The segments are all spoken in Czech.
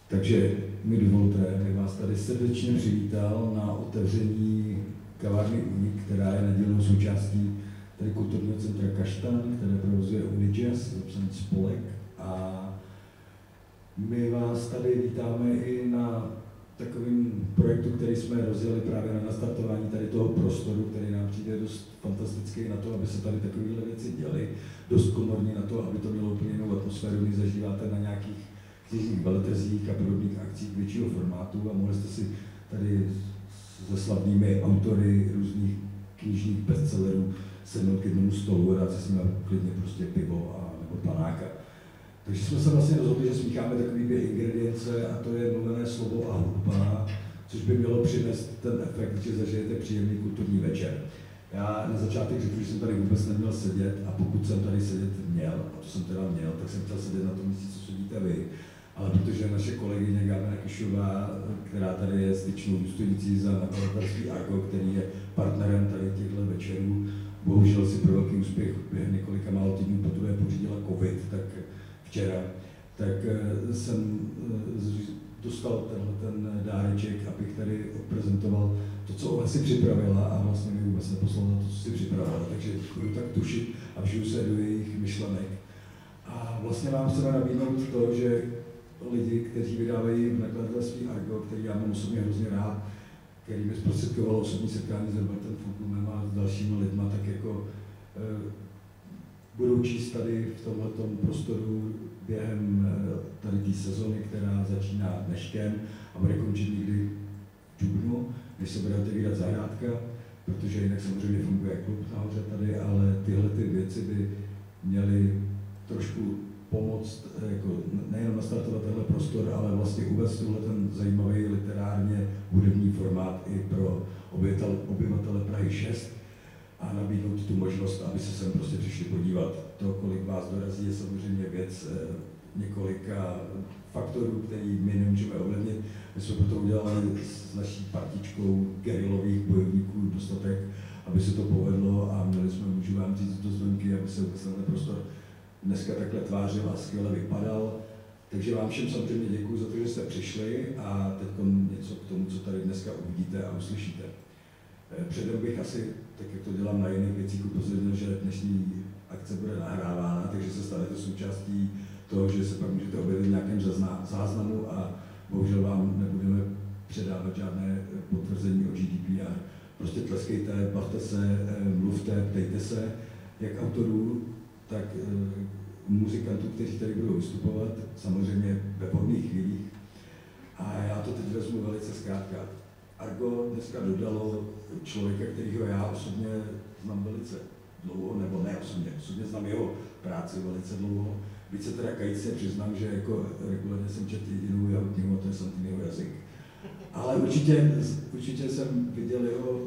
Takže mi dovolte, abych vás tady srdečně přivítal na otevření kavárny Unik, která je nedílnou součástí tady kulturního centra Kaštan, které provozuje Unijazz, zapsaný spolek. A my vás tady vítáme i na takovým projektu, který jsme rozjeli právě na nastartování tady toho prostoru, který nám přijde dost fantastický na to, aby se tady takovéhle věci děly, dost komorní na to, aby to mělo úplně jinou atmosféru, když zažíváte na nějakých knižních veletrzích a podobných akcích většího formátu a mohli jste si tady se slavnými autory různých knižních bestsellerů sednout k jednomu stolu a dát si s nimi klidně prostě pivo a nebo panáka. Takže jsme se vlastně rozhodli, že smícháme takové dvě ingredience a to je mluvené slovo a hudba, což by mělo přinést ten efekt, že zažijete příjemný kulturní večer. Já na začátek řekl, že jsem tady vůbec neměl sedět a pokud jsem tady sedět měl, a to jsem teda měl, tak jsem chtěl sedět na tom místě, co sedíte vy. Ale protože naše kolegyně Gábina Kišová, která tady je styčnou důstojnicí za nakladatelství Argo, který je partnerem tady těchto večerů, bohužel si pro velký úspěch během několika málo týdnů, protože pořídila covid, tak včera, tak jsem dostal ten dáreček, abych tady odprezentoval to, co ona si připravila a vlastně mi vůbec neposlala to, co si připravila, takže budu tak tušit a vžiju se do jejich myšlenek. A vlastně vám chceme nabídnout to, že lidi, kteří vydávají v nakladatelství Argo, který já mám osobně hrozně rád, který mi zprostředkoval osobní setkání s Robertem Fulkumem a s dalšími lidma, tak jako budou číst tady v tomhletom prostoru během tady té sezony, která začíná dneškem a bude končit někdy v dubnu, než se bude otevírat zahrádka, protože jinak samozřejmě funguje klub nahoře tady, ale tyhle ty věci by měly trošku pomoct, jako nejenom nastartovat tenhle prostor, ale vlastně uvést tuhle ten zajímavý literárně hudební formát i pro obyvatele Prahy 6 a nabídnout tu možnost, aby se sem prostě přišli podívat. To, kolik vás dorazí, je samozřejmě věc několika faktorů, který my nemůžeme ovlivnit. My jsme proto udělali s naší partičkou gerilových bojovníků dostatek, aby se to povedlo a měli jsme, můžu vám říct, do zvonky, aby se vůbec tenhle prostor dneska takhle tvářil a skvěle vypadal. Takže vám všem samozřejmě děkuji za to, že jste přišli a teď něco k tomu, co tady dneska uvidíte a uslyšíte. Předem bych asi, tak jak to dělám na jiných věcích, upozornil, že dnešní akce bude nahrávána, takže se stanete součástí toho, že se pak můžete objevit v nějakém záznamu a bohužel vám nebudeme předávat žádné potvrzení o GDPR. Prostě tleskejte, bavte se, mluvte, ptejte se, jak autorů, tak muzikantů, kteří tady budou vystupovat, samozřejmě ve vhodných chvílích. A já to teď vezmu velice zkrátka. Argo dneska dodalo člověka, kterýho já osobně znám velice dlouho, nebo ne osobně znám jeho práci velice dlouho. Byť se teda kajíce přiznám, že jako regulárně jsem četl jedinou jeho knihu, to je Santiniho jazyk. Ale určitě jsem viděl jeho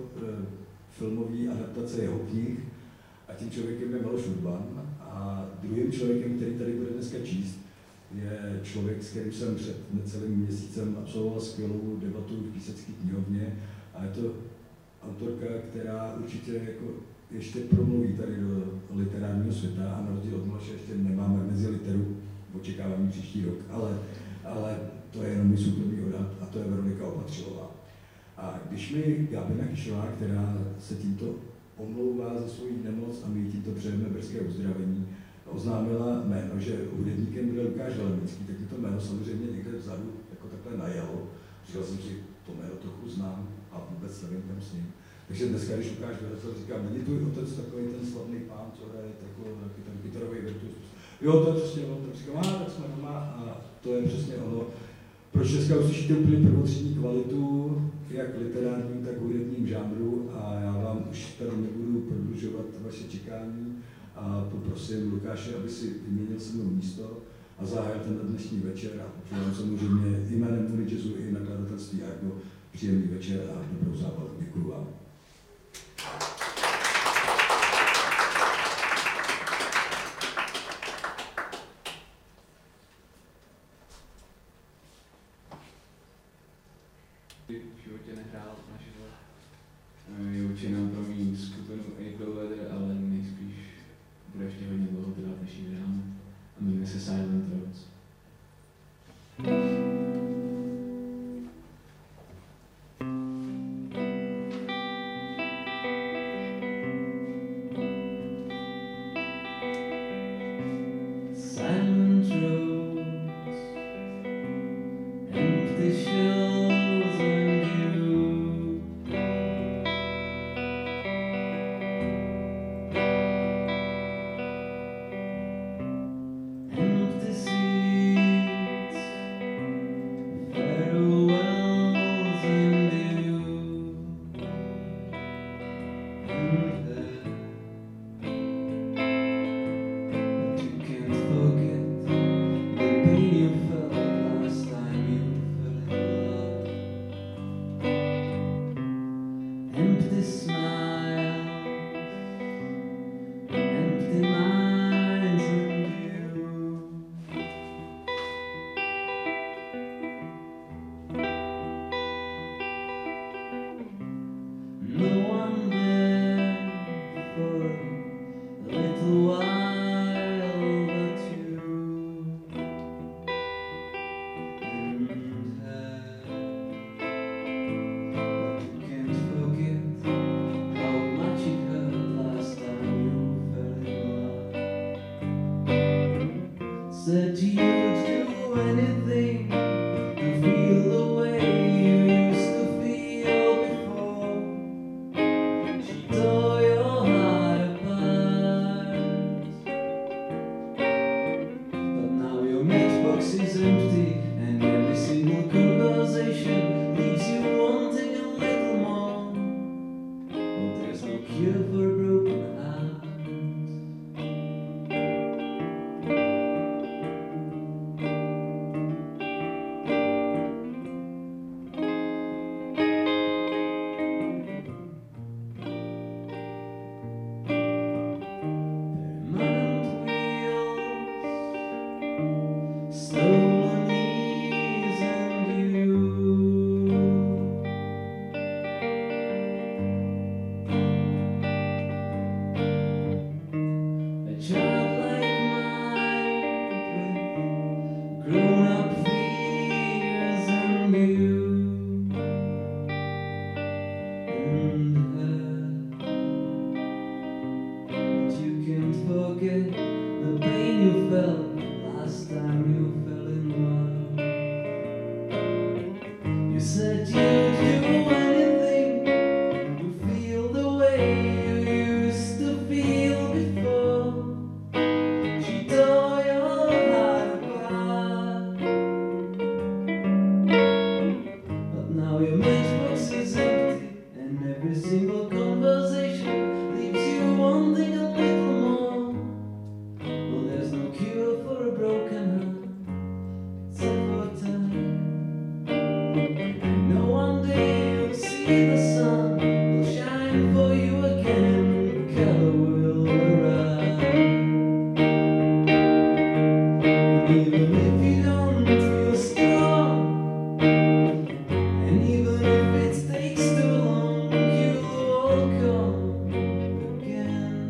filmové adaptace jeho knih a tím člověkem je Miloš Urban. A druhým člověkem, který tady bude dneska číst, je člověk, s kterým jsem před necelým měsícem absolvoval skvělou debatu v Písecké knihovně a je to autorka, která určitě jako ještě promluví tady do literárního světa a na rozdíl od Miloše ještě nemáme mezi literu v očekávání příští rok, ale to je jenom můj soukromý odhad a to je Veronika Opatřilová. A když mi Gábina Kišová, která se tímto omlouvá za svou nemoc a my tímto přejeme brzké uzdravení, oznámila jméno, že hudebníkem bude Lukáš Velemický, tak mi to jméno samozřejmě někde vzadu jako takhle najelo. Říkal jsem si, to jméno trochu znám a vůbec nevím, kam s ním. Takže dneska, když Lukáš vyrazil, říkám, není tvůj otec takový ten slavný pán, co hraje ten kytarový virtuos? Jo, to je přesně ono, tak říkám, tak jsme doma a to je přesně ono. Proč dneska uslyšíte úplně prvotřídní kvalitu, jak literárním, tak hudebním žánru a já vám už tady nebudu prodlužovat vaše čekání a poprosím Lukáše, aby si vyměnil se mnou místo a zahájil ten dnešní večer a popřeju vám samozřejmě jménem Unijazzu i nakladatelství Argo příjemný večer a dobrou zábavu. Děkuju vám. V životě nehrál na živo. Je určitě nám promít skupinu April Weather, ale nejspíš bude ještě hodně dlouho trvat, než ji vydáme. A jmenuje se Silent Roads. is empty, and every single conversation leaves you wanting a little more. But there's no cure for a broken heart. Stolen ease and you. A childlike mind with grown-up fears and you and her. But you can't forget the pain you felt last time you fell in love. You said you'd do anything to feel the way you used to feel before. She tore your heart apart, but now your matchbox is empty, and every single conversation leaves you wanting a little more. Well, there's no cure for a broken heart, except for time. No, one day you'll see the sun will shine for you again, color will arrive. And even if you don't feel strong, and even if it takes too long, you'll all come again.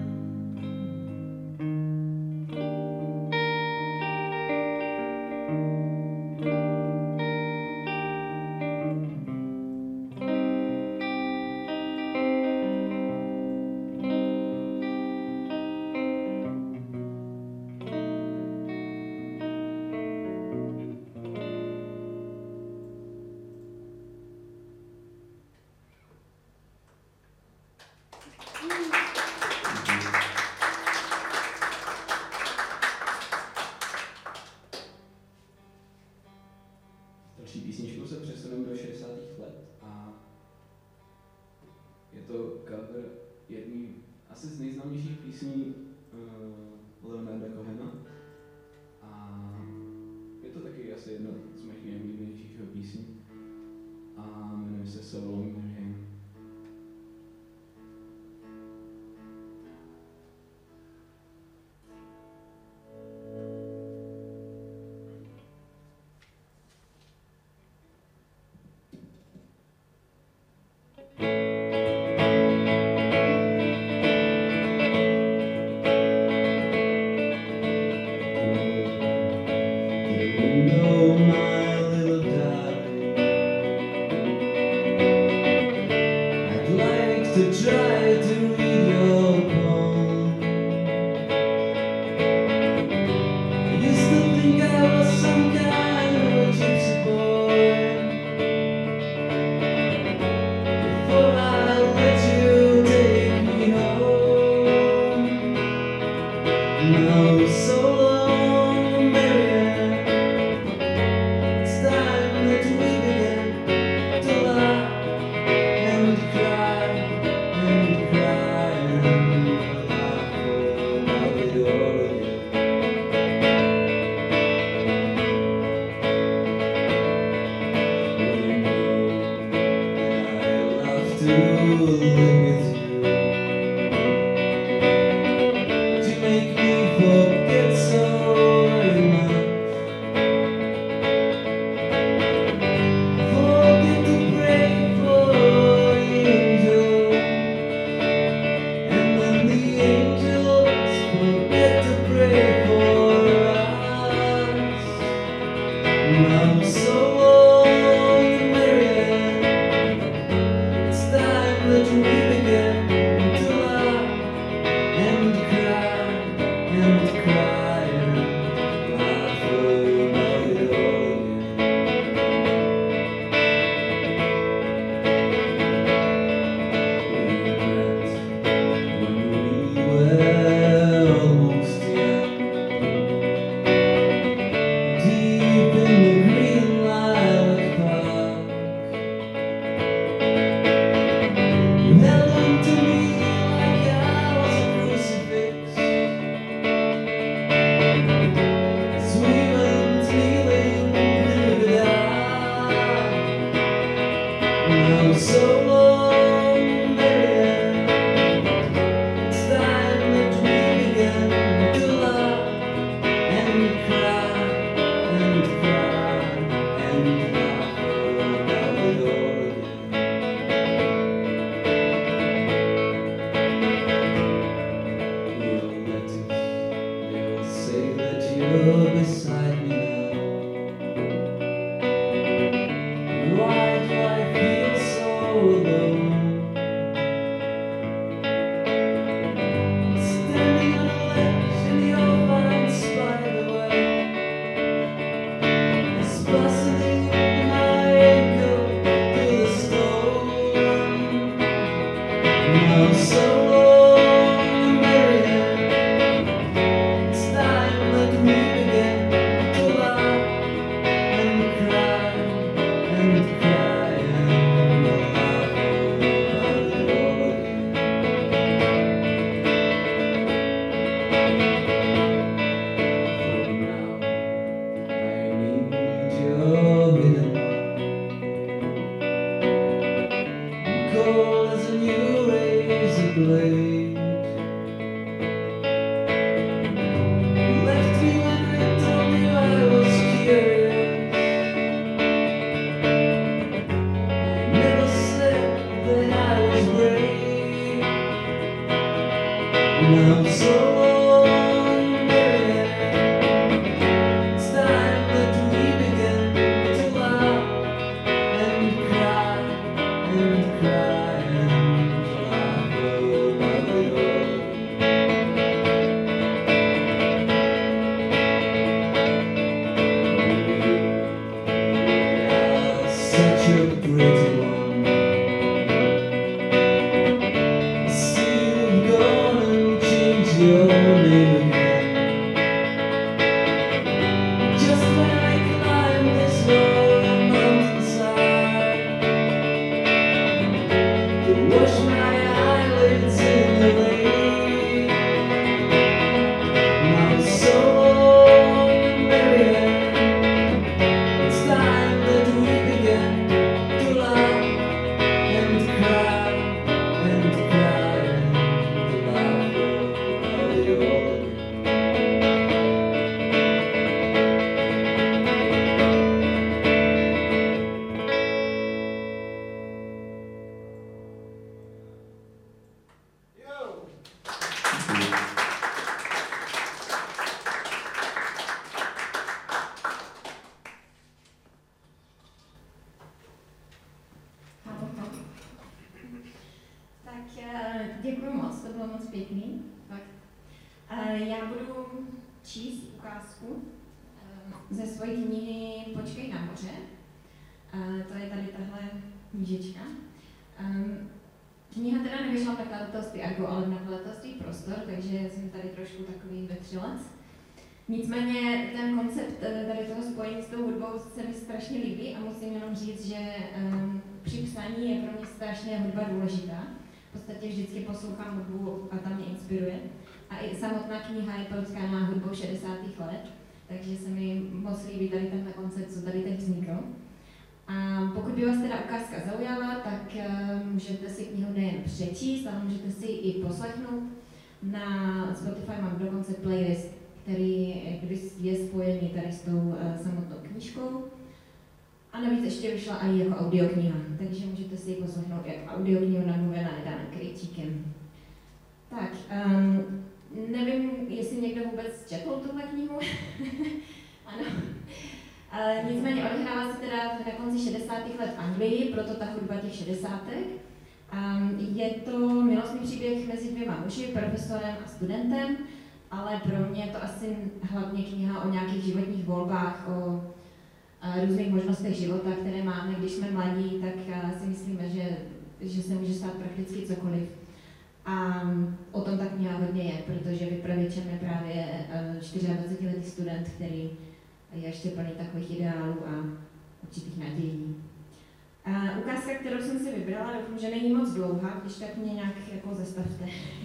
Další písničkou se přesuneme do 60. let a je to cover jedný asi z nejznámějších písní Leonarda Cohena a je to taky asi jedna z mých nejoblíbenějších jeho písní a jmenuje se So Long Marianne. No, my little darling, I'd like to try to read your poem. I used to think I was some kind of a gypsy boy before I let you take me home. Now so long, Marianne, it's time that we begin to laugh and cry and cry and laugh about it all again. Well, you know that I love to live with you, but you make me forget so very much. Forget to pray for the angel, and then the angels forget to pray for us. Now so long, Marianne, it's time that we begin to laugh and cry and cry and laugh about it all again. We met when we were almost young, deep fastening my ankle to the stone. Now so long, Marianne, it's time that we begin to laugh and cry and cry and laugh about it all again. For now, I need your rhythm, cold as a new razor blade. You left me when I told you I was curious. I never said that I was brave. Now I'm so long, Marianne. It's time that we begin to laugh and cry and cry and laugh about it all. Such a pretty one. I see you've gone and changed your name again. Just when I climb this low mountainside to wash my eyelids in the rain. Now it's so long, Marianne. It's time that we begin to laugh and cry and cry and laugh about it all again. Tak děkuji moc, to bylo moc pěkný. Fakt. Já budu číst ukázku ze své knihy Počkej na moře. To je tady tahle knížečka. Kniha teda nevyšla v nakladatelství Argo, ale v nakladatelství Prostor, takže jsem tady trošku takový vetřelec. Nicméně ten koncept tady toho spojení s tou hudbou se mi strašně líbí a musím jenom říct, že při psaní je pro mě strašně hudba důležitá. V podstatě vždycky poslouchám hudbu a ta mě inspiruje. A i samotná kniha je protkána hudbou 60. let, takže se mi moc líbí tady tenhle koncept, co tady teď vznikl. A pokud by vás teda ukázka zaujala, tak můžete si knihu nejen přečíst, ale můžete si ji i poslechnout. Na Spotify mám dokonce playlist, který je spojený tady s tou samotnou knížkou. A navíc ještě vyšla i jako audiokniha, takže můžete si ji poslechnout jako audioknihu namluvená Danem Krejčíkem. Tak, nevím, jestli někdo vůbec četl tuhle knihu. Ano. Nicméně odehrává se teda na konci 60. let v Anglii, proto ta hudba těch 60. Je to milostný příběh mezi dvěma muži, profesorem a studentem, ale pro mě je to asi hlavně kniha o nějakých životních volbách, o různých možnostech života, které máme, když jsme mladí, tak si myslíme, že se může stát prakticky cokoliv. A o tom ta kniha hodně je, protože vypravěčem je právě 24letý student, který je ještě plný takových ideálů a určitých nadějí. Ukázka, kterou jsem si vybrala, doufám, že není moc dlouhá, když tak mě nějak jako zastavte.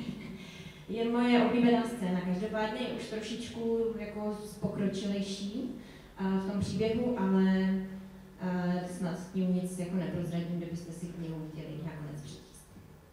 Je moje oblíbená scéna, každopádně je už trošičku jako pokročilejší v tom příběhu, ale snad s tím nic jako neprozradím, kdybyste si knihu chtěli nakonec přečíst.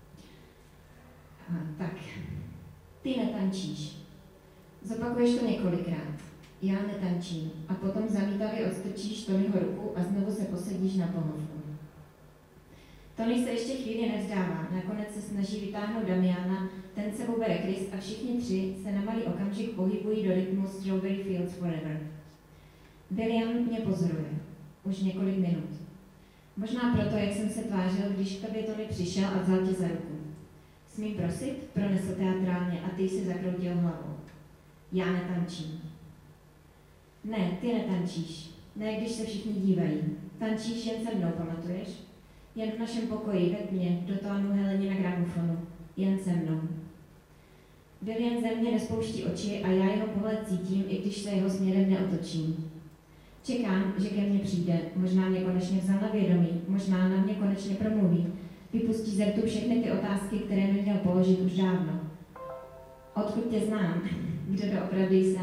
Tak, ty netančíš. Zopakuješ to několikrát. Já netančím. A potom zamítavě odstrčíš Tonyho ruku a znovu se posadíš na pohovku. Tony se ještě chvíli nevzdává, nakonec se snaží vytáhnout Damiana, ten sebou bere Chris a všichni tři se na malý okamžik pohybují do rytmu Strawberry Fields Forever. William mě pozoruje. Už několik minut. Možná proto, jak jsem se tvářil, když k tobě Tony přišel a vzal tě za ruku. Smím prosit? Pronesl teatrálně a ty si zakroutil hlavou. Já netančím. Ne, ty netančíš. Ne, když se všichni dívají. Tančíš jen se mnou, pamatuješ? Jen v našem pokoji, ve tmě, do tónu Helenina gramofonu. Jen se mnou. William ze mě nespouští oči a já jeho pohled cítím, i když se jeho směrem neotočím. Čekám, že ke mně přijde, možná mě konečně vzal na vědomí, možná na mě konečně promluví. Vypustí ze rtu všechny ty otázky, které mi měl položit už dávno. Odkud tě znám? Kdo doopravdy jsem?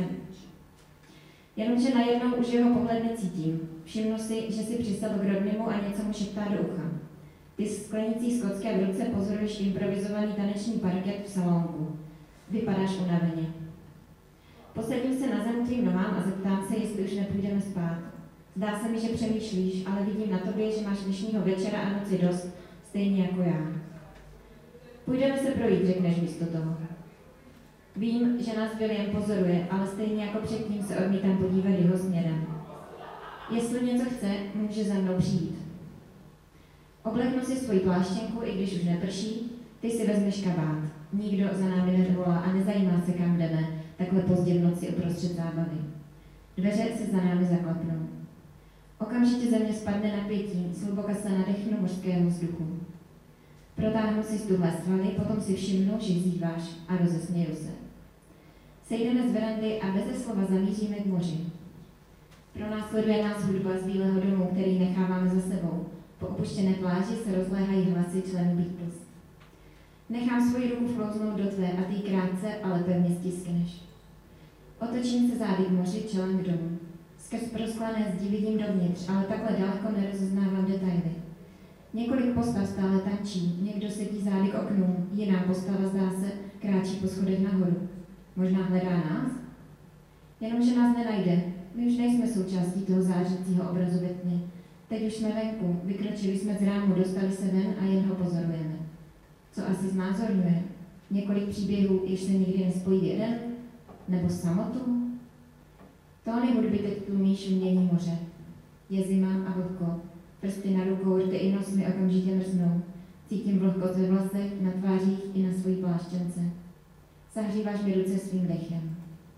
Jenomže najednou už jeho pohled necítím. Všimnu si, že si přisedl k Rodneymu a něco mu šeptá do ucha. Ty sklenící skocké v ruce pozoruješ improvizovaný taneční parket v salonku. Vypadáš unaveně. Posadím se na zem tvým nohám a zeptám se, jestli už nepůjdeme spát. Zdá se mi, že přemýšlíš, ale vidím na tobě, že máš dnešního večera a noci dost, stejně jako já. Půjdeme se projít, řekneš místo toho. Vím, že nás William pozoruje, ale stejně jako předtím se odmítám podívat jeho směrem. Jestli něco chce, může za mnou přijít. Obleknu si svoji pláštěnku, i když už neprší, ty si vezmeš kabát. Nikdo za námi nevolá a nezajímá se, kam jdeme, takhle pozdě v noci uprostřed zábavy. Dveře se za námi zaklapnou. Okamžitě ze mě spadne napětí, zhluboka se nadechnu mořského vzduchu. Protáhnu si stuhlé svaly, potom si všimnu, že zíváš a rozesměju se. Sejdeme z verandy a beze slova zamíříme k moři. Pronásleduje nás hudba z Bílého domu, který necháváme za sebou. Po opuštěné pláži se rozléhají hlasy členů Beatles. Nechám svoji ruku vklouznout do tvé a ty krátce, ale pevně stiskneš. Otočím se zády k moři, čelem k domu. Skrz prosklené zdi vidím dovnitř, ale takhle daleko nerozeznávám detaily. Několik postav stále tančí, někdo sedí zády k oknům, jiná postava, zdá se, kráčí po schodech nahoru. Možná hledá nás? Jenomže nás nenajde. My už nejsme součástí toho zářícího obrazu ve tmě. Teď už jsme venku, vykročili jsme z rámu, dostali se ven a jen ho pozorujeme. Co asi znázorňuje? Několik příběhů, jež se nikdy nespojí v jeden? Nebo samotu? Tóny hudby teď tlumí šumění moře. Je zima a vlhko. Prsty na rukou, rty i nos mi okamžitě mrznou. Cítím vlhkost ve vlasech, na tvářích i na svojí pláštěnce. Zahříváš mi ruce svým dechem.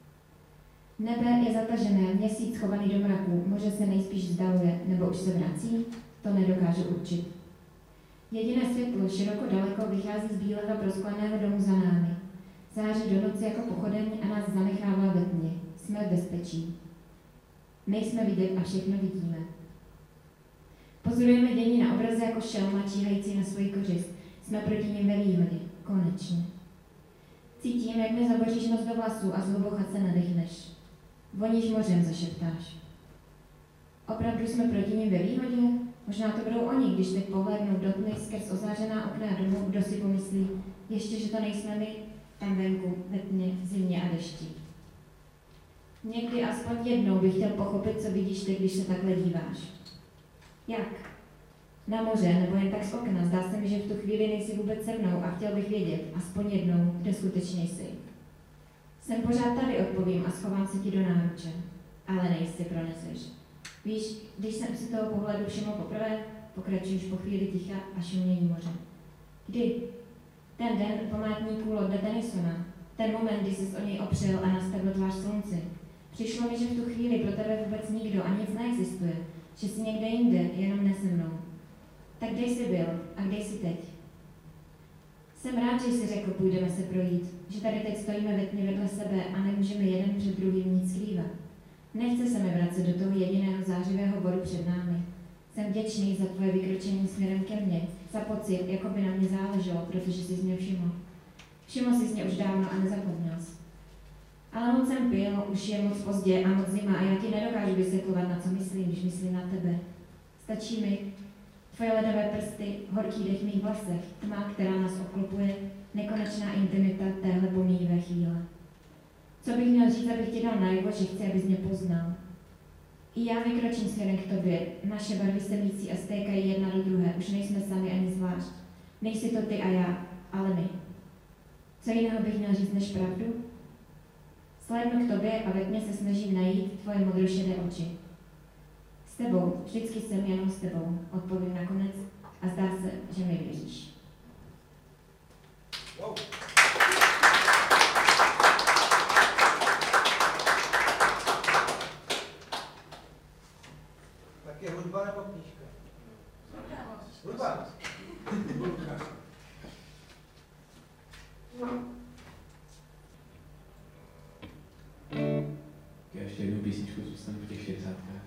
Nebe je zatažené, měsíc schovaný do mraku, moře se nejspíš vzdaluje, nebo už se vrací? To nedokážu určit. Jediné světlo, široko daleko, vychází z bílého proskleného domu za námi. Září do noci jako pochodeň a nás zanechává ve tmě. Jsme v bezpečí. Nejsme vidět a všechno vidíme. Pozorujeme dění na obraze jako šelma číhající na svoji kořist. Jsme proti nim ve výhodě. Konečně. Cítím, jak mi zaboříš nos do vlasů a zhluboka se nadechneš. Voníš mořem, zašeptáš. Opravdu jsme proti nim ve výhodě? Možná to budou oni, když teď pohlédnou do tmy skrz ozářená okna domu, kdo si pomyslí, ještě, že to nejsme my, tam venku, ve tmě, v zimě a dešti. Někdy aspoň jednou bych chtěl pochopit, co vidíš ty, když se takhle díváš. Jak? Na moře, nebo jen tak z okna. Zdá se mi, že v tu chvíli nejsi vůbec se mnou a chtěl bych vědět, aspoň jednou, kde skutečně jsi. Jsem pořád tady, odpovím a schovám se ti do náruče. Ale nejsi, proneseš. Víš, když jsem si toho pohledu všiml poprvé, pokračuješ po chvíli ticha a šumění moře. Kdy? Ten den památníků Lorda Tennysona. Ten moment, kdy jsi o něj opřel a nastavil tvář slunci. Přišlo mi, že v tu chvíli pro tebe vůbec nikdo a nic neexistuje. Že jsi někde jinde, jenom ne se mnou. Tak kde jsi byl a kde jsi teď? Jsem rád, že jsi řekl, půjdeme se projít. Že tady teď stojíme ve tmě vedle sebe a nemůžeme jeden před druhým nic skrývat. Nechce se mi vracet do toho jediného zářivého bodu před námi. Jsem vděčný za tvoje vykročení směrem ke mně, za pocit, jako by na mě záleželo, protože jsi mě všiml. Všiml jsi mě už dávno a nezapomněl jsi. Ale moc jsem pil, už je moc pozdě a moc zima a já ti nedokážu vysvětlovat, na co myslím, když myslím na tebe. Stačí mi tvoje ledové prsty, horký dech mých vlasech, tma, která nás obklopuje, nekonečná intimita téhle pomíjivé chvíle. Co bych měl říct, abych ti dal najevo, že chci, abys mě poznal. I já vykročím směrem k tobě, naše barvy se mící a stékají jedna do druhé, už nejsme sami ani zvlášť. Nejsi to ty a já, ale my. Co jiného bych měl říct než pravdu? Slédnu k tobě a ve tmě se snažím najít tvoje modrošedé oči. S tebou, vždycky jsem jenom s tebou, odpovím nakonec a zdá se, že mi věříš. Wow. Tak je hudba nebo knížka? Hudba. Já ještě jednu písničku zůstanu v těch 60kách.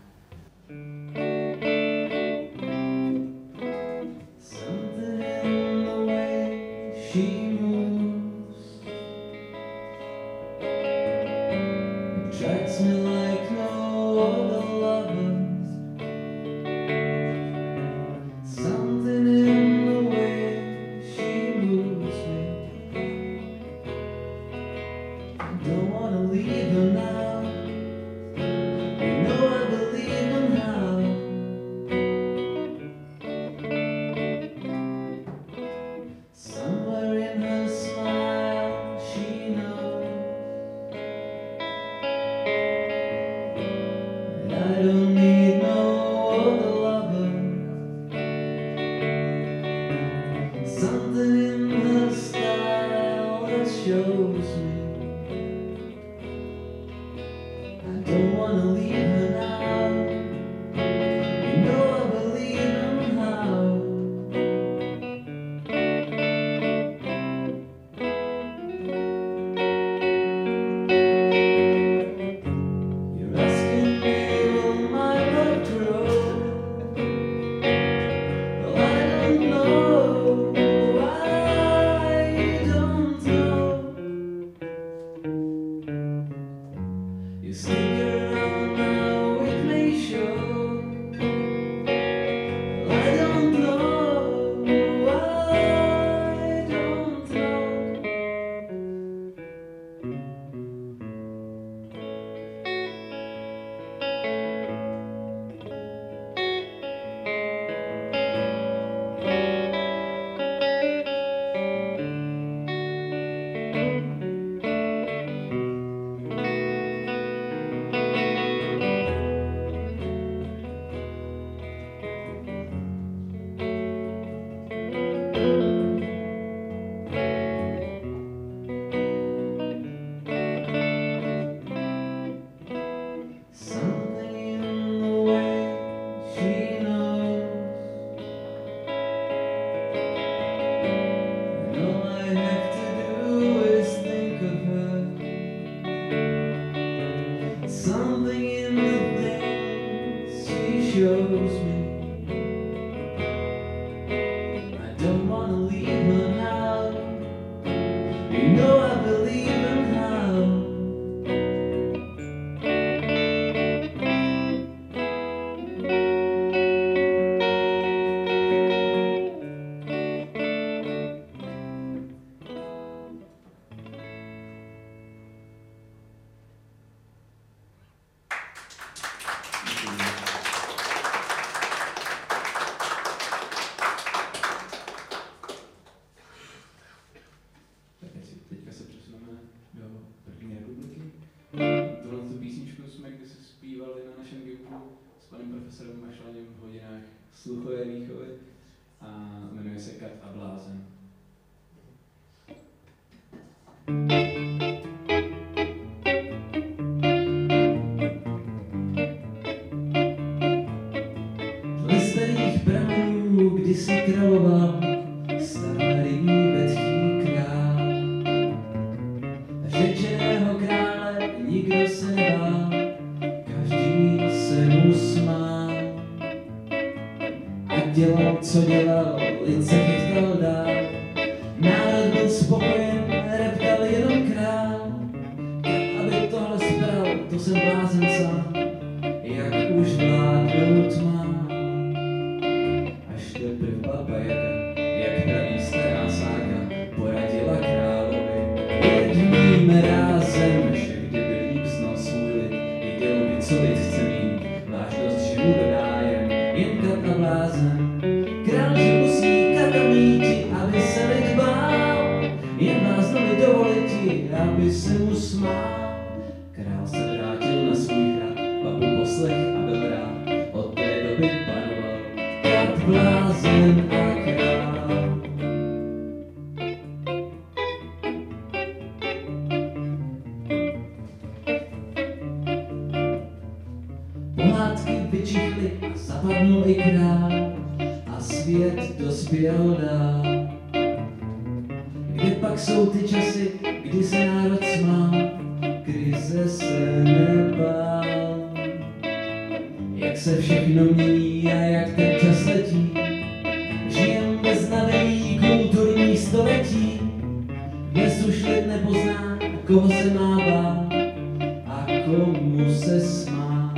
Something in the way she moves attracts me like no other lovers. Something in the way she moves me. I don't wanna leave her now. You know I believe in how. Somewhere in her smile, she knows that I don't need no other lover. Something in her style that shows me I don't wanna leave her now. You know I believe in how. You're asking me, will my love grow? Well, I don't know. I don't know. You stick around now, it may show. Well, I don't know. I don't know. Something in the way she knows, and all I have to do is think of her. Something in the things she shows me. I don't wanna leave her now. You know I believe in how. Tak teďka se přesuneme do první republiky. Tuhle tu písničku jsme kdysi zpívali na našem gigu s panem profesorem Mašlaněm v hodinách sluchové výchovy a jmenuje se Kat a blázen. Dle starých pramenů kdysi královal starý vetchý král. Řečeného krále nikdo se nebál, každý se mu smál. A dělal, co dělal, lid se chytal dál. Národ byl spokojen, reptal jenom král. Aby tohle spral, to jsem blázen sám, jak už vládnou tma. Až teprv baba Jaga, jak praví stará sága, poradila královi jedným rázem, že kdyby líp znal svůj lid, věděl by, co lid chce mít, vážnost živu dodá jen Kat a blázen. Král, že musí Kata míti, aby se lid bál, jen bláznovi dovoliti, aby se mu smál. Král se vrátil na svůj hrad, babu poslech a byl rád, od té doby panoval Kat, blázen a král. Pohádky vyčichly Zapadnul i král a svět dospěl dál. Kde pak jsou ty časy, kdy se národ smál, krize se nebál. Jak se všechno mění a jak ten čas letí, žijem bez nadějí kulturní století. Dnes už lid nepozná, koho se má bát a komu se smát.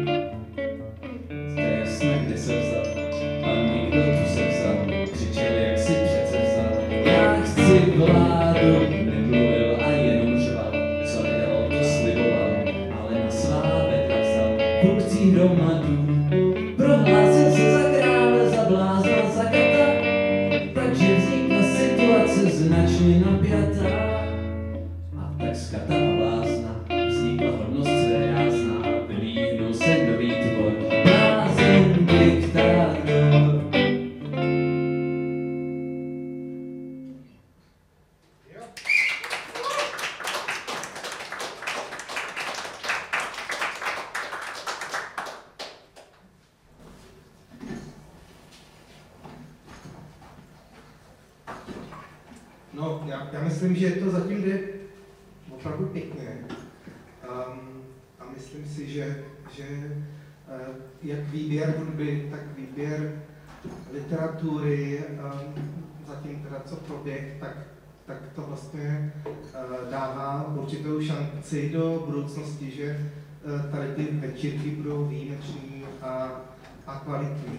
To je jasné, kde se vzal, a nikdo tu se vzal, křičel, jak si přece vzal. Já chci vládu, nemluvil a jenom řval, co nedal, to sliboval, ale na svá bedra vzal funkcí hromadu. Prohlásil se za krále, za blázna, za kata, takže vznikla situace značně napjatá. A tak z kata a blázna vznikla hodnost svéjázná, vylíhnul se nový tvor, blázen diktátor. No, já myslím, že to zatím jde opravdu pěkně. A myslím si, že jak výběr hudby, tak výběr literatury, zatím teda co proběh, tak to vlastně dává určitou šanci do budoucnosti, že tady ty večírky budou výjimečný a kvalitní.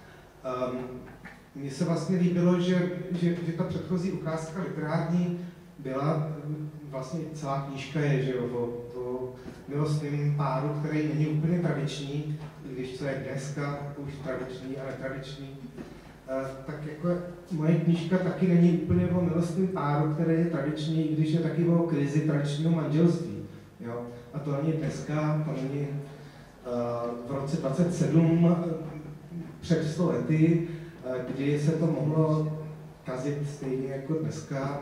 Mně se vlastně líbilo, že ta předchozí ukázka literární byla vlastně celá knížka je, že jo, o milostném páru, který není úplně tradiční, když co je dneska už tradiční a netradiční. Tak jako moje knížka taky není úplně o milostném páru, který je tradiční, i když je taky o krizi tradičního manželství. Jo? A to není dneska, to není v roce 27 před 100 lety, kdy se to mohlo kazit stejně jako dneska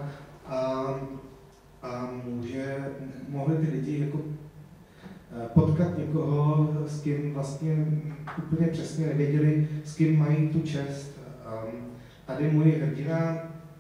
a mohli ty lidi jako potkat někoho, s kým vlastně úplně přesně nevěděli, s kým mají tu čest. Tady můj hrdina,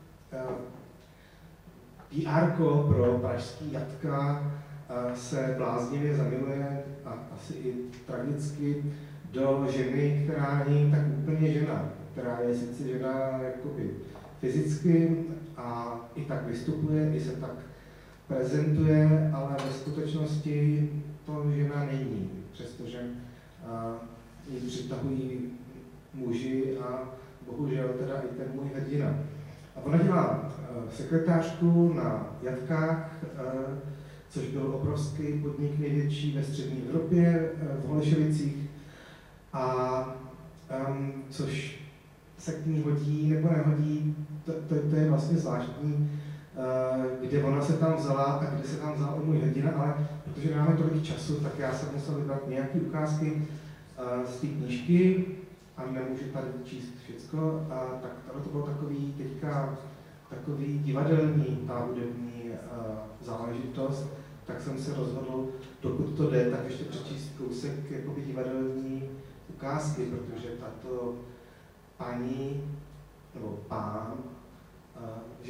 PR-ko pro pražský Jatka, se bláznivě zamiluje a asi i tragicky do ženy, která není tak úplně žena, která je sice žena jakoby fyzicky a i tak vystupuje, i se tak prezentuje, ale ve skutečnosti to žena není, přestože ji přitahují muži a bohužel teda i ten můj hrdina. A ona dělá sekretářku na Jatkách, což byl obrovský podnik, největší ve střední Evropě, v Holešovicích, a což se k ní hodí nebo nehodí, to je vlastně zvláštní, kde ona se tam vzala a kde se tam vzal můj hrdina, ale protože nemáme tolik času, tak já jsem musel vybrat nějaké ukázky z té knížky a nemůžu tady číst všecko, tak to bylo takový divadelní, ta hudební záležitost, tak jsem se rozhodl, dokud to jde, tak ještě přečíst kousek jakoby divadelní ukázky, protože tato paní nebo pán v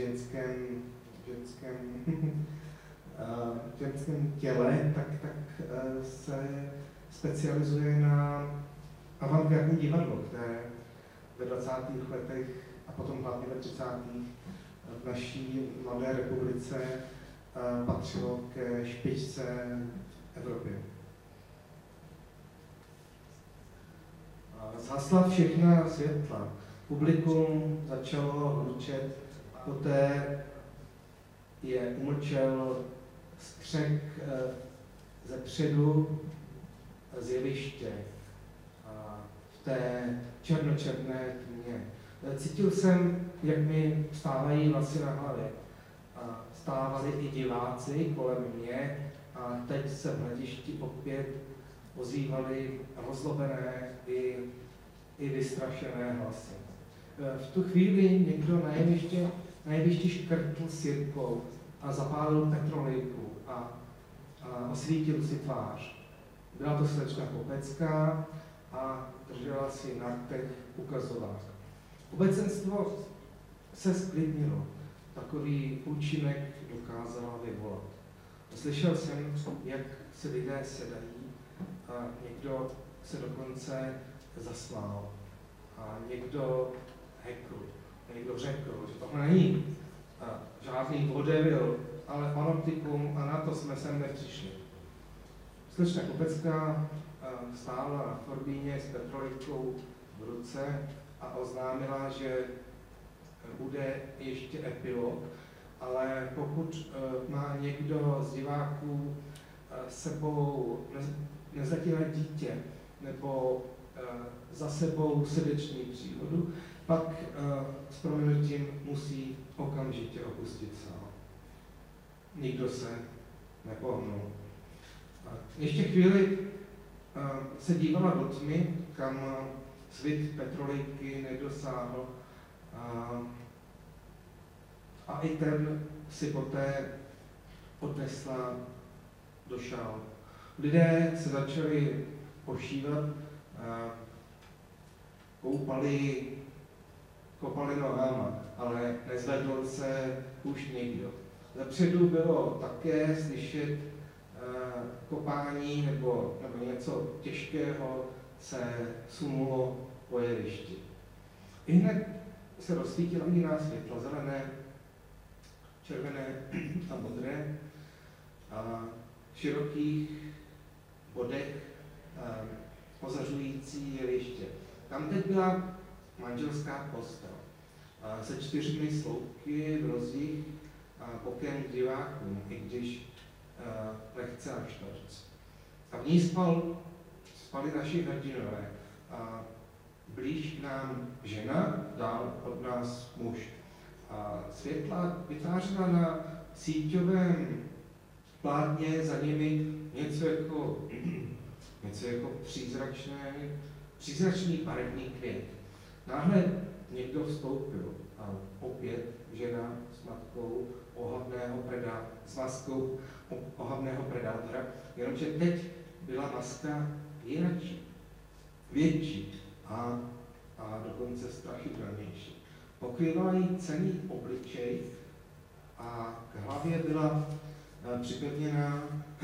ženském těle, tak se specializuje na avantgardní divadlo, které ve 20. letech a potom hlavně ve 30. v naší mladé republice patřilo ke špičce v Evropě. Zhasla všechna světla. Publikum začalo hlučet, poté je umlčel skřek ze předu z jeviště v té černočerné tmě. Cítil jsem, jak mi stávají vlasy na hlavě. Stávali i diváci kolem mě a teď se v hledišti opět ozývaly rozlobené i vystrašené hlasy. V tu chvíli někdo na jevišti škrtl sirkou a zapálil petrolejku a osvítil si tvář. Byla to slečna Kopecká a držela si na rtech ukazovák. Obecenstvo se sklidnilo. Takový účinek dokázala vyvolat. Slyšel jsem, jak se lidé sedají a někdo se dokonce zasmál. A někdo řekl, že tohle není žádný vodevil, ale panoptikum a na to jsme sem nepřišli. Slečna Kopecká stála na Forbíně s petrolejkou v ruce a oznámila, že bude ještě epilog, ale pokud má někdo z diváků sebou nezletilé dítě nebo za sebou srdeční příhodu, pak s prominutím musí okamžitě opustit sál. Nikdo se nepohnul. Ještě chvíli se dívala do tmy, kam svit petrolejky nedosáhl, a i ten si poté odnesla do šálu. Lidé se začali pošívat, kopali nohama, ale nezvedl se už nikdo. Zapředu bylo také slyšet kopání nebo něco těžkého se sunulo po jevišti. Ihned se rozsvítila jiná světla, zelené, červené a modré, a v širokých bodech ozařující jeviště. Tam teď byla manželská postel se 4 sloupky v rozích bokem k divákům, i když lehce na čtvrc. A v ní spali naši hrdinové. Blíž k nám žena, dál od nás muž. A světla vytvářela na síťovém plátně za nimi něco jako přízračný barevný květ. Náhle někdo vstoupil a opět žena s maskou ohavného predátora, jenomže teď byla maska jinačí, větší a dokonce strašidelnější. Pokrývala jí celý obličej a k hlavě byla připevněná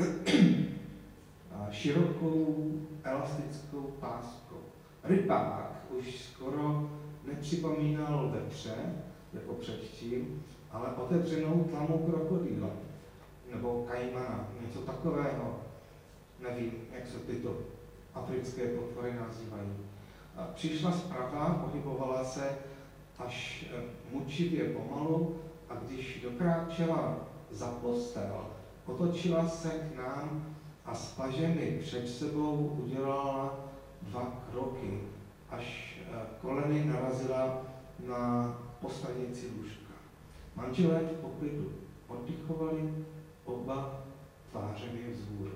širokou elastickou páskou. Rypák už skoro nepřipomínal vepře, jako předtím, ale otevřenou tlamu krokodýla nebo kajmana, něco takového. Nevím, jak se tyto africké potvory nazývají. Přišla zprava, pohybovala se až mučivě pomalu a když dokráčela za postel, otočila se k nám a s pažemi před sebou udělala 2 kroky, až koleny narazila na postanici lůžka. Manželé v poklidu oddychovali, oba tvářemi vzhůru.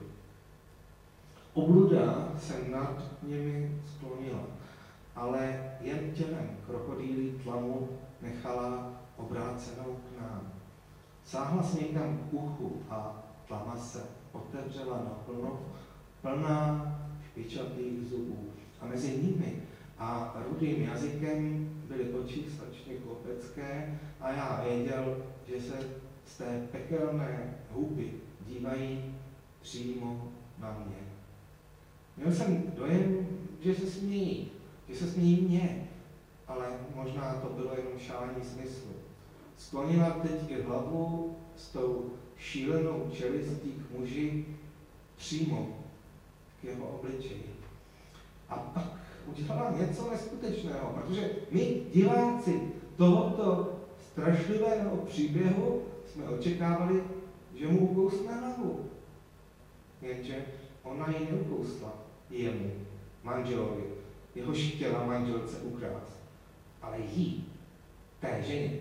Obluda se nad nimi sklonila, ale jen tělem krokodýlí tlamu nechala obrácenou k nám. Sáhla s někam k uchu a tlama se otevřela naplno, plná špičatých zubů. A mezi nimi a rudým jazykem byly oči slečny Kopecké a já věděl, že se z té pekelné huby dívají přímo na mě. Měl jsem dojem, že se smějí mě, ale možná to bylo jenom šálení smyslu. Sklonila teď i hlavu s tou šílenou čelistí k muži přímo k jeho obličeji. A pak udělala něco neskutečného, protože my, diváci tohoto strašlivého příběhu, jsme očekávali, že mu ukousne hlavu. Jenže ona ji neukousla jemu, manželovi, jehož chtěla manželce ukrást, ale jí, té ženě.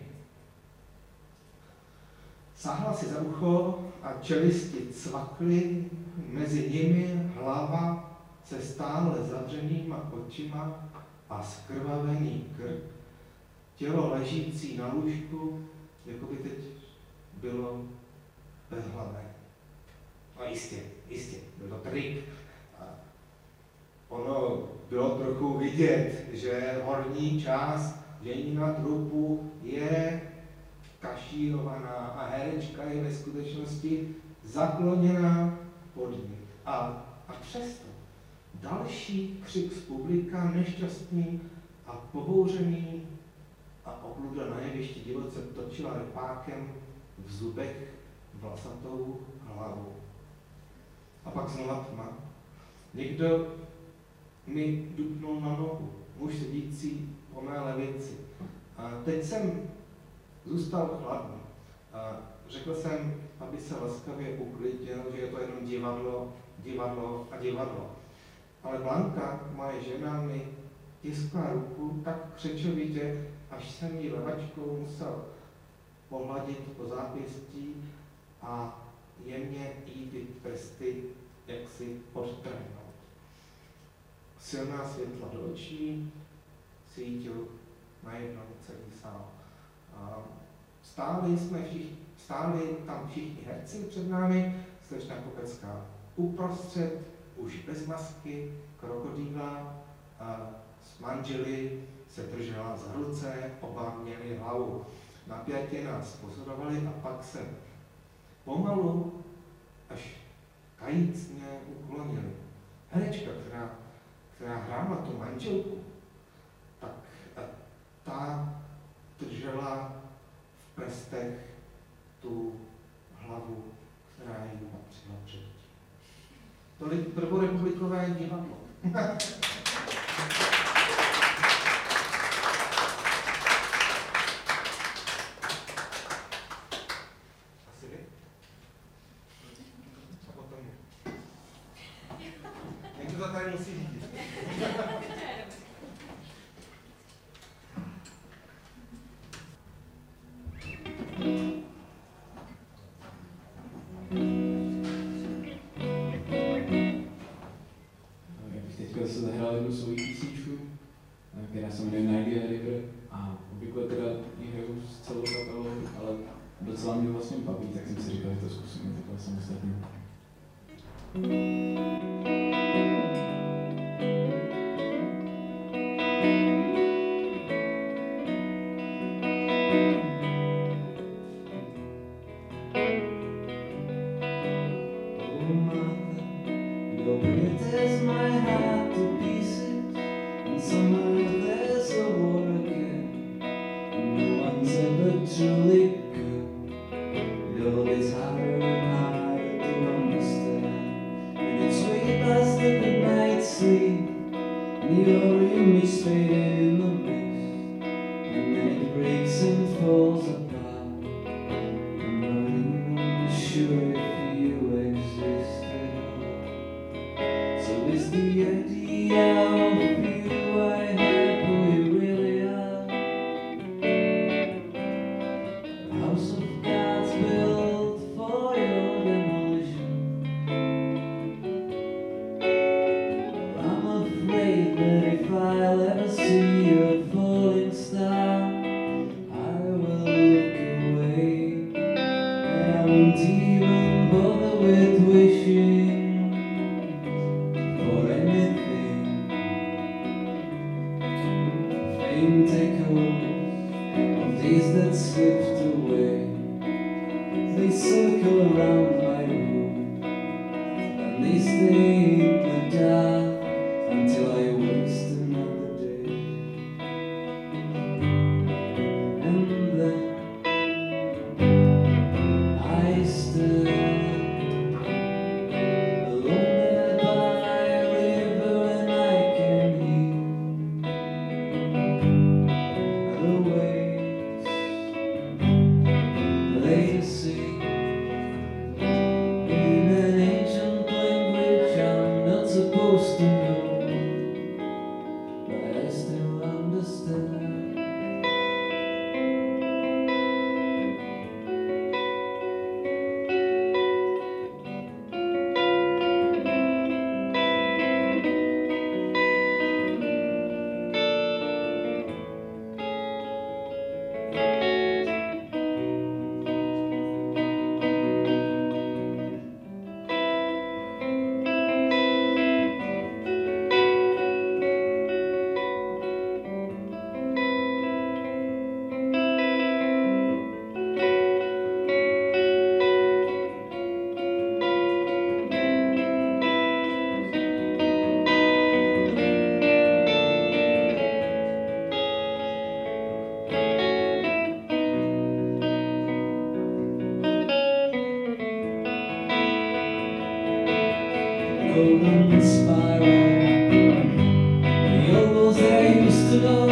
Sáhla si za ucho a čelisti cvakly, mezi nimi hlava se stále zavřenýma očima a skrvavený krk, tělo ležící na lůžku, jako by teď bylo bezhlavé. A jistě, byl to trik. ono bylo trochu vidět, že horní část ženina trupu je kašírovaná a herečka je ve skutečnosti zakloněná pod ní. A přesto další křik z publika, nešťastný a pobouřený a obluda na jevišti divoce točila repákem v zubech vlasatou hlavu. A pak znova tma. Někdo mi dupnul na nohu, muž sedící po mé levici. A teď jsem zůstal chladný. A řekl jsem, aby se laskavě uklidnil, že je to jenom divadlo a divadlo. Ale Blanka, moje žena, mi tiskla ruku tak křečovitě, až jsem jí levačkou musel pohladit po zápěstí a jemně jí ty prsty jaksi podtrhnout. Silná světla do očí svítil najednou celý sál. Stáli tam všichni herci před námi, slečna Kopecká uprostřed, už bez masky, krokodýla a s manželi se držela za ruce, oba měli hlavu. Napjatě nás pozorovali a pak se pomalu až kajícně uklonili. Herečka, která hrála tu manželku, tak ta držela v prstech tu hlavu, která jí patřila předtím. Tolik prvorepublikové divadlo. Asi vy? A potom někdo to tady musí vidět. Teďka se zahrál jednu svou písničku, která se jmenuje Night River a obvykle teda ji hraju s celou kapelou, ale docela mě vlastně baví, tak jsem si říkal, že to zkusím takhle samostatně. In an ancient language know.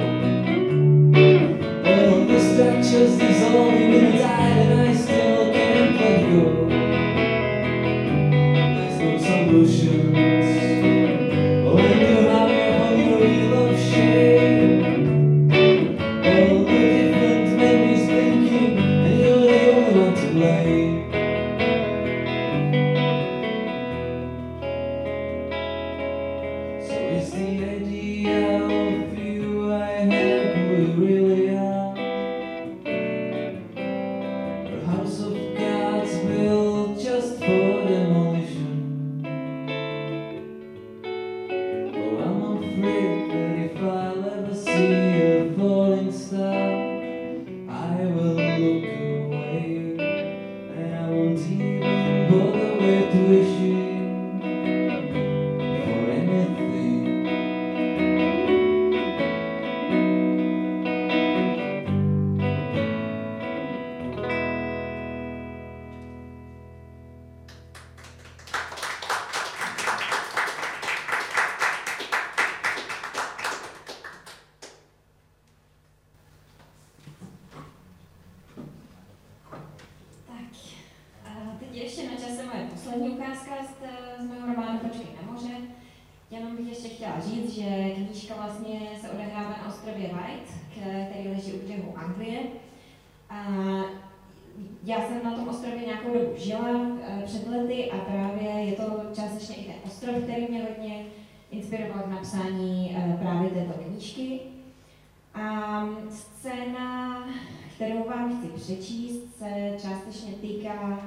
All the structures dissolving in the tide, and I still can't let go. There's no solutions when you hung up on your wheel of shame. All the different memories blinking, and you're the only one to blame. So is the idea of you I have who we really are? A house of cards built just for demolition. Oh, I'm afraid that if I'll ever see a falling star, I will look away, and I won't even bother with wishing for anything. Tak, a teď ještě na čase moje poslední ukázka z mého románu Počkej na moře. Jenom bych ještě chtěla říct, že knížka vlastně se odehrává na ostrově Wight, který leží u břehu Anglie. A já jsem na tom ostrově nějakou dobu žila před lety a právě je to částečně i ten ostrov, který mě hodně inspiroval k napsání právě této knížky. A scéna, kterou vám chci přečíst, se částečně týká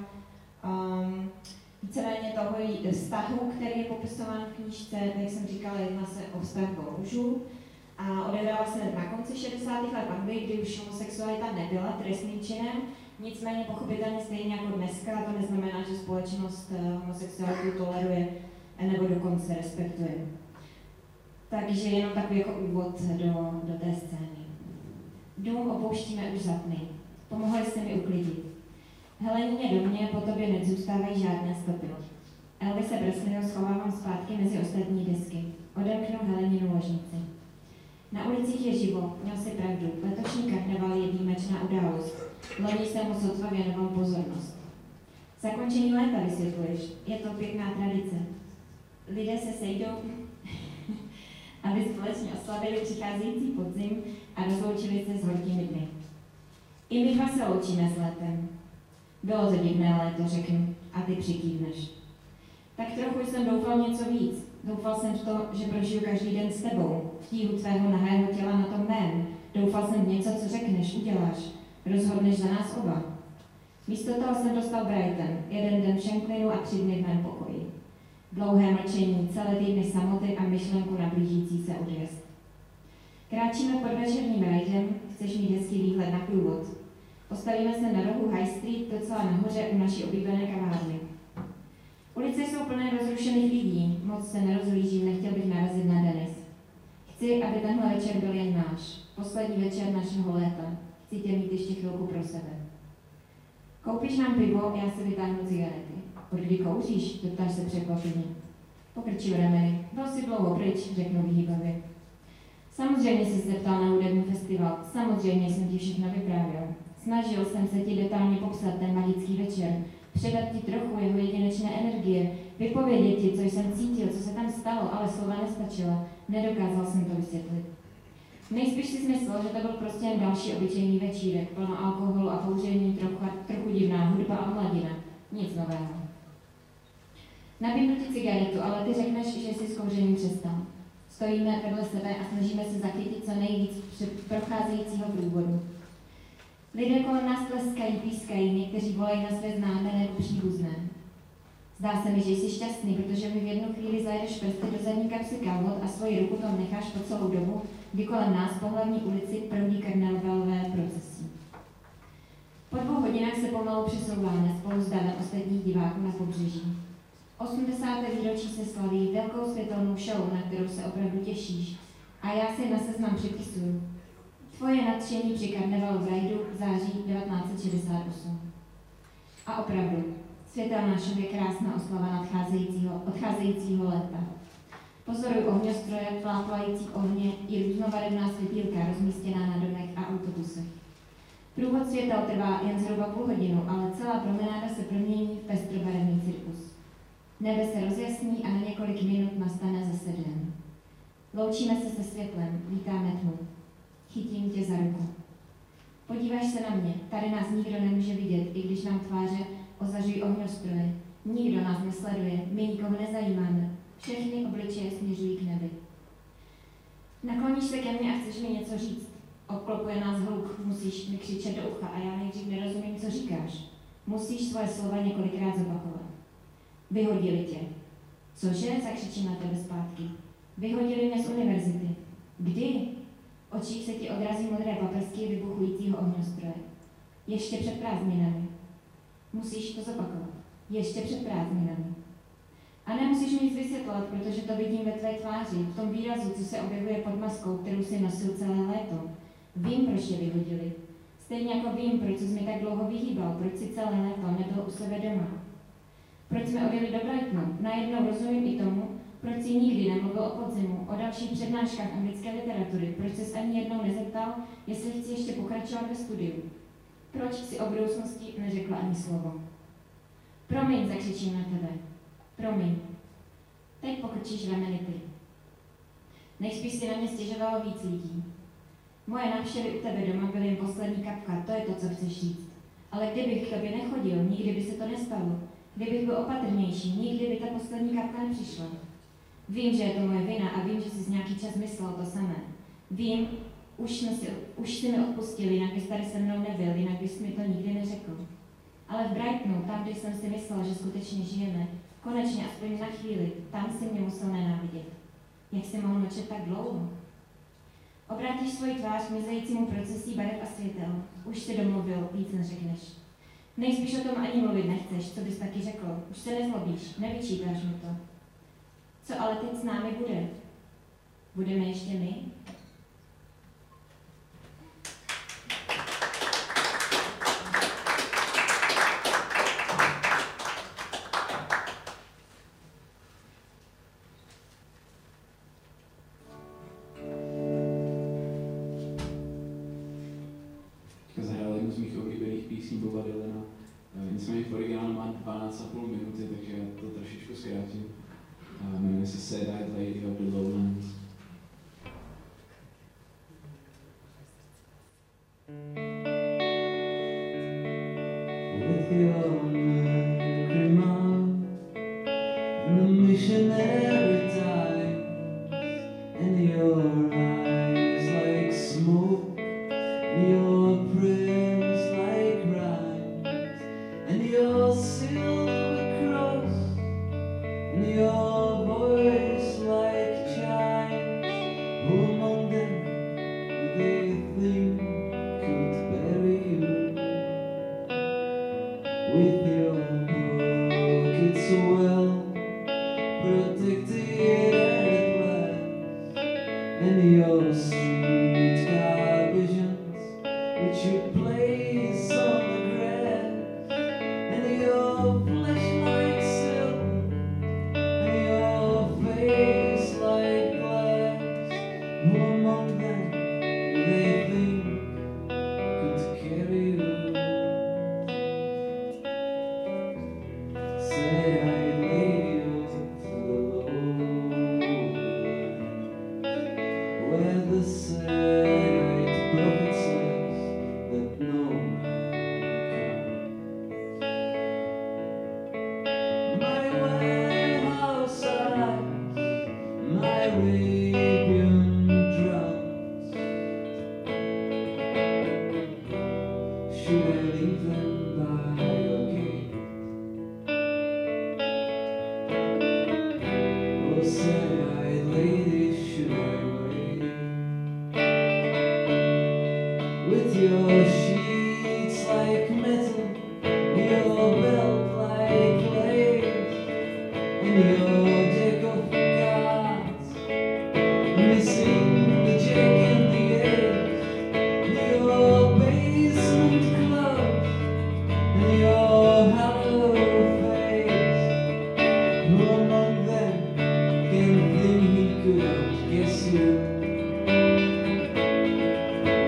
víceméně toho vztahu, který je popisován v knížce. Jak jsem říkala, jedná se o vztah dvou mužů a odehrává se na konci 60. let Anglii, kdy už homosexualita nebyla trestným činem. Nicméně pochopitelně stejně jako dneska, to neznamená, že společnost homosexualitu toleruje nebo dokonce respektuje. Takže jenom takový jako úvod do té scény. Dům opouštíme už za dny. Pomohli jste mi uklidit. Helenině domě po tobě nezůstávají žádné stopy. Elvise Presleyho schovávám zpátky mezi ostatní desky. Odemknu Heleninu ložnici. Na ulicích je živo, měl si pravdu. Letošní karneval je výjimečná událost. Loni jsem mu sotva věnoval pozornost. Zakončení léta vysvětluješ. Je to pěkná tradice. Lidé se sejdou, aby společně oslavili přicházející podzim a rozloučili se s horkými dny. I my dva se loučíme s létem. Bylo to divné léto, řeknu, a ty přikývneš. Tak trochu jsem doufal něco víc. Doufal jsem v to, že prožiju každý den s tebou, v tíhu tvého nahého těla na tom mém. Doufal jsem v něco, co řekneš, uděláš. Rozhodneš za nás oba. Místo toho jsem dostal Brighton, jeden den v Shanklinu a 3 dny v mém pokoji. Dlouhé mlčení, celé týdny samoty a myšlenku na blížící se odjezd. Kráčíme podvečerním rajdem, chceš mít hezký výhled na průvod. Postavíme se na rohu High Street, docela nahoře u naší oblíbené kavárny. Ulice jsou plné rozrušených lidí, moc se nerozhlížím, nechtěl bych narazit na Denis. Chci, aby tenhle večer byl jen náš, poslední večer našeho léta. Chci tě mít ještě chvilku pro sebe. Koupíš nám pivo, já si vytáhnu cigarety. Od kdy kouříš? Zeptáš se překvapeně. Pokrčí rameny. Byl si dlouho pryč, řeknu vyhýbavě. Samozřejmě jsi se zeptal na hudební festival. Samozřejmě jsem ti všechno vyprávěl. Snažil jsem se ti detailně popsat ten magický večer, předat ti trochu jeho jedinečné energie, vypovědět ti, co jsem cítil, co se tam stalo, ale slova nestačila. Nedokázal jsem to vysvětlit. Nejspíš si myslel, že to byl prostě jen další obyčejný večírek, plno alkoholu a kouření, trochu divná hudba a mladina. Nic nového. Nabídnu ti cigaretu, ale ty řekneš, že jsi s kouřením přestal. Stojíme vedle sebe a snažíme se zachytit co nejvíc procházejícího průvodu. Lidé kolem nás tleskají, pískají, někteří volají na své známé nebo příbuzné. Zdá se mi, že jsi šťastný, protože mi v jednu chvíli zajedeš prsty do zadní kapsy kalhot a svoji ruku tam necháš po celou dobu, kdy kolem nás po hlavní ulici proudí karnevalové procesí. Po 2 hodinách se pomalu přesouváme spolu s davem ostatních diváků na pobřeží. 80. výročí se slaví velkou světelnou show, na kterou se opravdu těšíš, a já si na seznam připisuju. Tvoje nadšení při karnevalu v Rajdu v září 1968. A opravdu, světelná show je krásná oslava odcházejícího léta. Pozoruj ohňostroje, plápolající ohně i různobarevná světýlka rozmístěná na domech a autobusech. Průvod světel trvá jen zhruba půl hodinu, ale celá promenáda se promění v pestrobarevný cirkus. Nebe se rozjasní a na několik minut nastane zase den. Loučíme se se světlem, vítáme tmu. Chytím tě za ruku. Podíváš se na mě, tady nás nikdo nemůže vidět, i když nám tváře ozařují ohňostroje. Nikdo nás nesleduje, my nikoho nezajímáme. Všechny obličeje směřují k nebi. Nakloníš se ke mně a chceš mi něco říct. Obklopuje nás hluk, musíš mi křičet do ucha a já nejdřív nerozumím, co říkáš. Musíš svoje slova několikrát zopakovat. Vyhodili tě. Cože? Zakřičím na tebe zpátky. Vyhodili mě z univerzity. Kdy? V očích se ti odrazí modré paprsky vybuchujícího ohňostroje. Ještě před prázdninami. Musíš to zopakovat. Ještě před prázdninami. A nemusíš mi nic vysvětlovat, protože to vidím ve tvé tváři, v tom výrazu, co se objevuje pod maskou, kterou si nosil celé léto. Vím, proč tě vyhodili. Stejně jako vím, proč jsi mi tak dlouho vyhýbal, proč si celé léto nebyl u sebe doma. Proč jsme odjeli do Brightonu? Najednou rozumím i tomu, proč jsi nikdy nemluvil o podzimu, o dalších přednáškách anglické literatury, proč jsi ani jednou nezeptal, jestli chci ještě pokračovat ve studiu. Proč si o budoucnosti neřekla ani slovo. Promiň, zakřičím na tebe. Promiň. Teď pokrčíš rameny ty. Nejspíš si na mě stěžovalo víc lidí. Moje návštěvy u tebe doma byly jen poslední kapka, to je to, co chceš říct. Ale kdybych k tobě nechodil, nikdy by se to nestalo. Kdybych byl opatrnější, nikdy by ta poslední kapka nepřišla. Vím, že je to moje vina a vím, že jsi z nějaký čas myslel to samé. Vím, už si mi odpustil, jinak bys tady se mnou nebyl, jinak bys mi to nikdy neřekl. Ale v Brightonu, tam, kde jsem si myslel, že skutečně žijeme, konečně aspoň na chvíli, tam si mě musel nenávidět. Jak jsi mohl mlčet tak dlouho? Obrátíš svoji tvář k mizejícímu procesí barev a světel. Už si domluvil, víc neřekneš. Nejspíš o tom ani mluvit nechceš, co bys taky řekl. Už se nezlobíš, nevyčítáš mu to. Co ale teď s námi bude? Budeme ještě my? Zahrál jednu z mých oblíbených písní Boba Dylana. Nicméně v originálu má 12,5 minuty, takže já to trošičku zkrátím. Jmenuje se Sad-Eyed Lady of the Lowlands. With your angry mouth and the missionary ties and your eyes like smoke and your prayers like rhymes and your silver cross and your voice like chimes. Who among them do they think could bury you? With your pockets well protected at last, and your streetcar visions which you place on the grass, and your flesh like silk, and your face like glass. Who among them do they think could carry you? Sad-eyed lady of the lowlands, where the sad-eyed prophet says that no man comes. My warehouse eyes, my Arabian drums, should I leave them by your gate? Oh, sad-eyed lady, should I wait? With your sheets like metal, your belt like lace, and your deck of cards missing the jack and the ace, your basement club and your hollow face. Who among them can think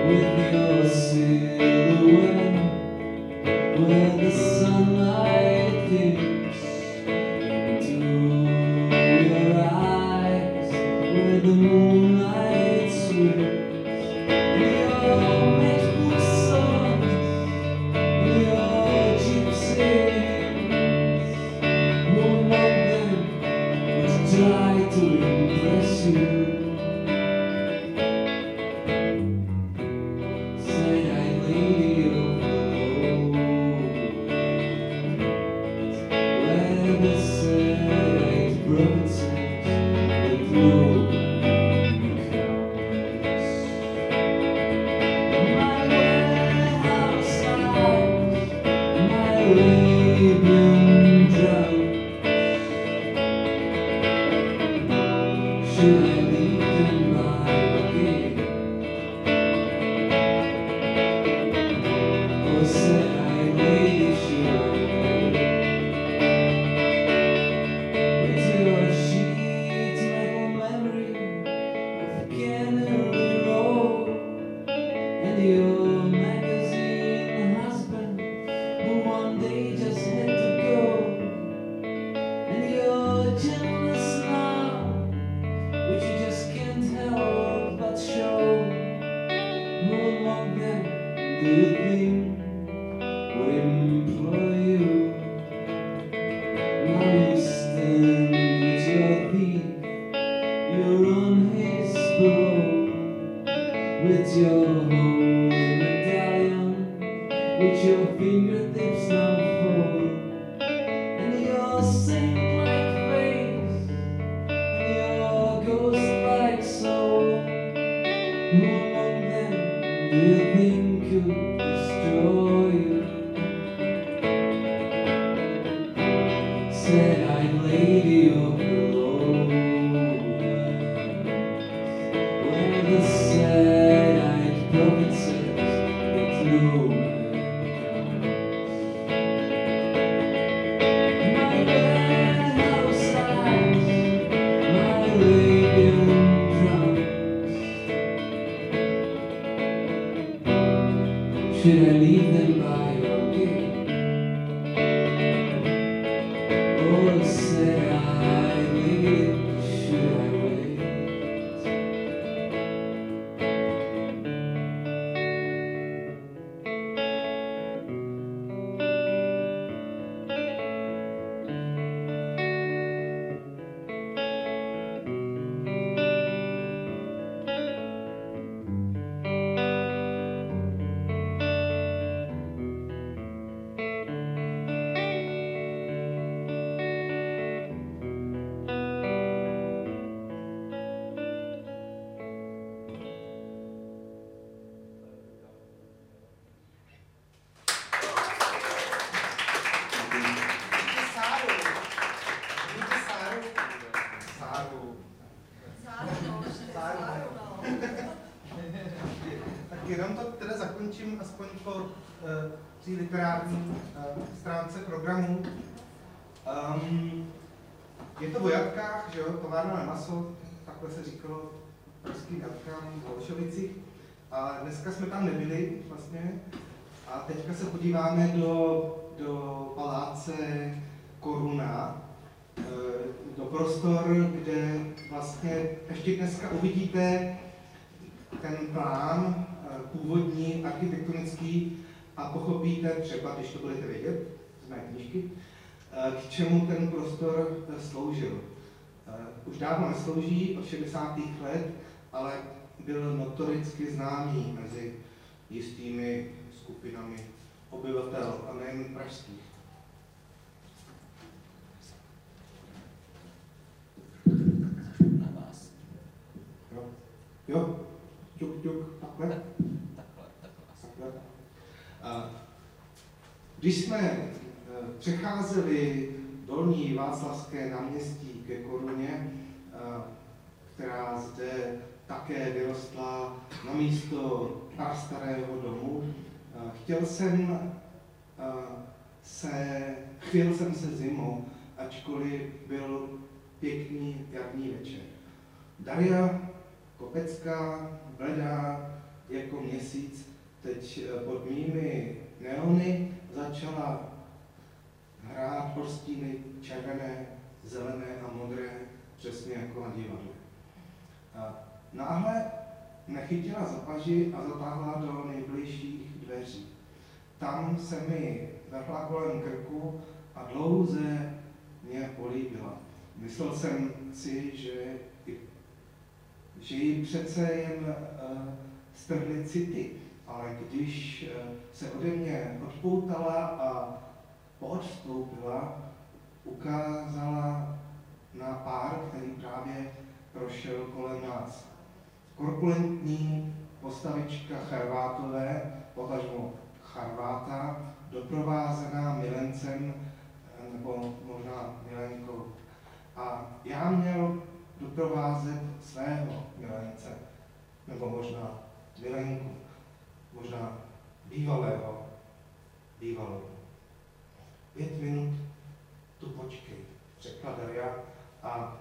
with your silhouette where the sunlight dips into your eyes, where the moonlight swims. Your magical songs, your gypsy hymns, won't want them to try to impress you. Sad-eyed lady of the lowlands, where the sad-eyed provinces with blue counts. My warehouse eyes, my Arabian drums, should I leave them by the gate? Or sad-eyed lady, should I wait? With your sheets, metal memory of Canary Road, and your magazine husband who one day just had to go, and your gentleness now, which you just can't help but show. Who among them do you think would employ you? Now you stand with your thief, you're on his parole, with your holy medallion, with your fingertips now full, and your saint-like face, and your ghost-like soul. Who among them do you think could destroy you? Sad-eyed lady of the lowlands, where the sad-eyed provinces with no man counts. My warehouse eyes, my Arabian drums, should I leave them by your gate? Or sad-eyed lady, should I wait? Tak jenom to teda zakončím aspoň po té literární stránce programu. Je to o jatkách, že jo, továrna na maso, takhle se říkalo pražským jatkám v Holešovicích. A dneska jsme tam nebyli vlastně. A teďka se podíváme do paláce Koruna, do prostor, kde vlastně ještě dneska uvidíte ten plán původní, architektonický a pochopíte třeba, když to budete vědět z mé knížky, k čemu ten prostor sloužil. Už dávno neslouží, od 60. let, ale byl notoricky známý mezi jistými skupinami obyvatel a nejen pražských. Na vás. Jo, ťuk, takhle. Takhle. Když jsme přecházeli Dolní Václavské náměstí ke Koruně, která zde také vyrostla na místo prastarého domu, chvěl jsem se zimou, ačkoliv byl pěkný jarní večer. Daria Kopecká, bledá, jako měsíc teď pod mými neony začala hrát orstíny červené, zelené a modré, přesně jako na divadle. Náhle nechytila za paži a zatáhla do nejbližších dveří. Tam se mi vrhla kolem krku a dlouze mě políbila. Myslel jsem si, že jí přece jen strhly city, ale když se ode mě odpoutala a poodstoupila, ukázala na pár, který právě prošel kolem nás. Korpulentní postavička Charvátové, potažmo Charváta, doprovázená milencem, nebo možná milenkou. A já měl doprovázet svého milence, nebo možná milenku, možná bývalou. 5 minut tu počkej, řekla Daria a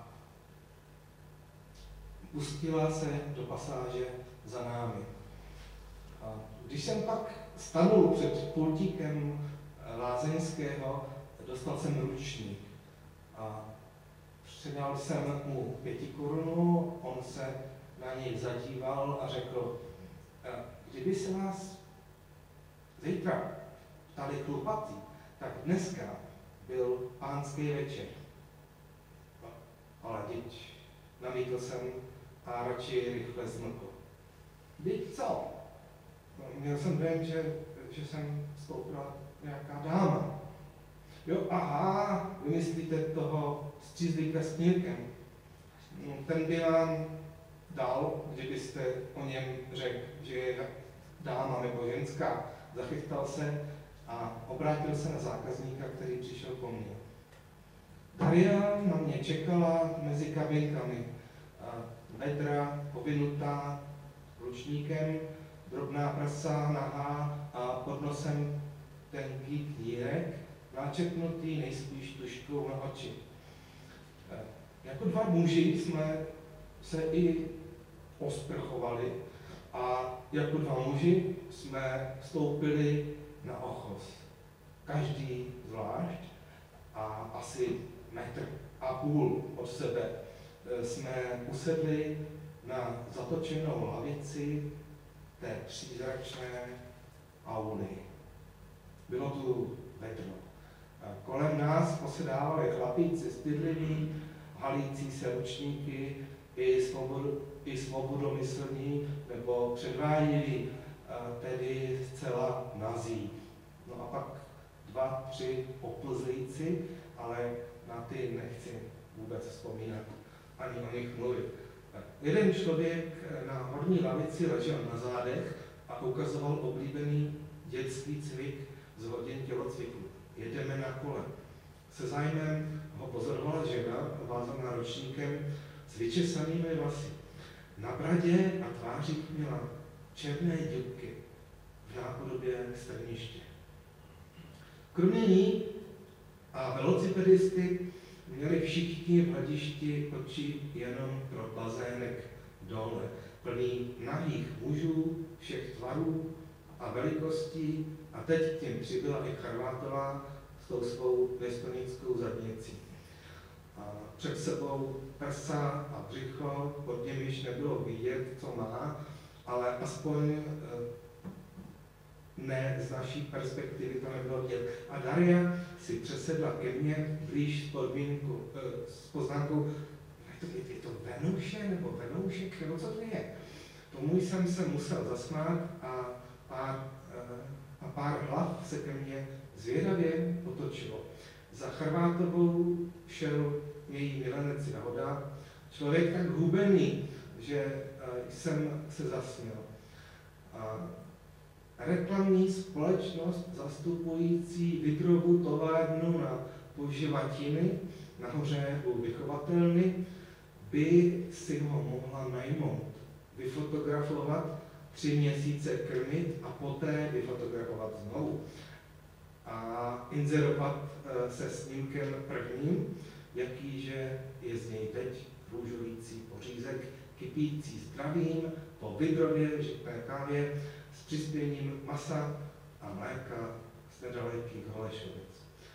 pustila se do pasáže za námi. A když jsem pak stanul před pultíkem lázeňského, dostal jsem ručník a předal jsem mu 5 korun, on se na něj zadíval a řekl, kdyby se vás zítra ptali chlupatý, tak dneska byl pánský večer. Ale teď namítl jsem a radši rychle zmlkl. Teď co? Měl jsem dojem, že jsem stoupila nějaká dáma. Jo, aha, vy myslíte toho střízlíka s knírkem. Ten by vám dal, kdybyste o něm řekl, že je dáma nebo ženská. Zachytal se a obrátil se na zákazníka, který přišel po mně. Daria na mě čekala mezi kabinkami. Vedra povinutá ručníkem, drobná prsa nahá a pod nosem tenký knírek, náčepnutý nejspíš tužkou na oči. Jako 2 muži jsme se i osprchovali a jako 2 muži jsme vstoupili na ochos. Každý zvlášť a asi 1,5 metru od sebe jsme usedli na zatočenou lavici té přízračné auly. Bylo tu vedro. Kolem nás posedávali chlapíci stydliví, halící se ručníky i svobodomyslní nebo předvádění, tedy zcela nazí. No a pak 2, 3 oplzlíci, ale na ty nechci vůbec vzpomínat, ani o nich mluvit. Jeden člověk na horní lavici ležel na zádech a ukazoval oblíbený dětský cvik z hodin tělocviku. Jedeme na kole. Se zájmem ho pozorovala žena, vázaná ručníkem, s vyčesanými vlasy. Na bradě a tváři měla černé dělky v nápodobě strniště. Kromě ní a velocipedisty měli všichni v hledišti oči jenom pro bazének dole, plný nahých mužů všech tvarů a velikostí a teď tím přibyla i Charvátová s tou svou věstonickou zadnicí. A před sebou prsa a břicho, pod něm již nebylo vidět, co má, ale aspoň ne z naší perspektivy to nebylo vidět. A Daria si přesedla ke mně blíž s poznámkou, je to Venuše nebo Venoušek, nebo co to je? Tomu jsem se musel zasmát a pár hlav se ke mně zvědavě otočilo. Za Charvátovou šel její milenec Jahoda, člověk tak hubený, že jsem se zasměl. Reklamní společnost zastupující Vidrovu továrnu na poživatiny nahoře u vychovatelny by si ho mohla najmout, vyfotografovat, 3 měsíce krmit a poté vyfotografovat znovu. A inzerovat se snímkem prvním, jakýže je z něj teď růžovící pořízek, kypící zdravím, po Vydrově, žitné kávě s přispěním masa a mléka z nedalekých Holešovic.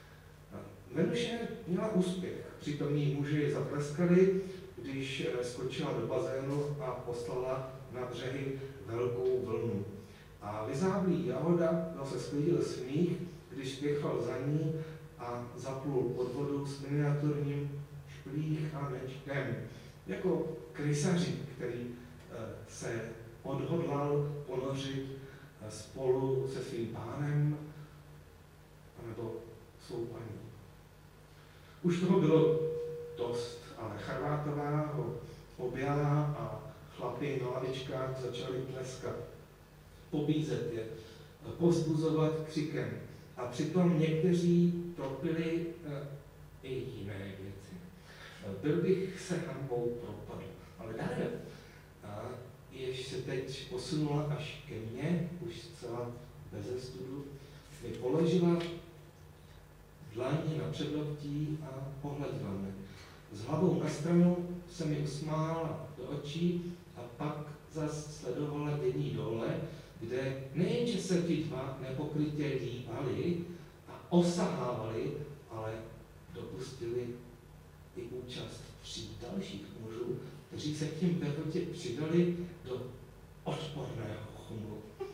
Venuše měla úspěch, přítomní muži zatleskali, když skočila do bazénu a poslala na břehy velkou vlnu. A vyzáblý Jahoda se sklidil smích, když spěchal za ní a zaplul pod vodu s miniaturním šplíchanečkem, jako krysaři, který se odhodlal ponořit spolu se svým pánem nebo svou paní. Už toho bylo dost, ale Charvátová ho objala a chlapi na lavičkách začali tleskat, pobízet je, povzbuzovat křikem. A přitom někteří tropili i jiné věci. Byl bych se hanbou propadl, ale Daria, jež se teď posunula až ke mně, už zcela beze studu, mi položila dlaní na předloktí a pohladila mě. S hlavou na stranu se mi usmála do očí a pak zas sledovala dění dole, kde nejenže se ti dva nepokrytě líbali a osahávali, ale dopustili i účast 3 dalších mužů, kteří se tím ve přidali do odporného chumru.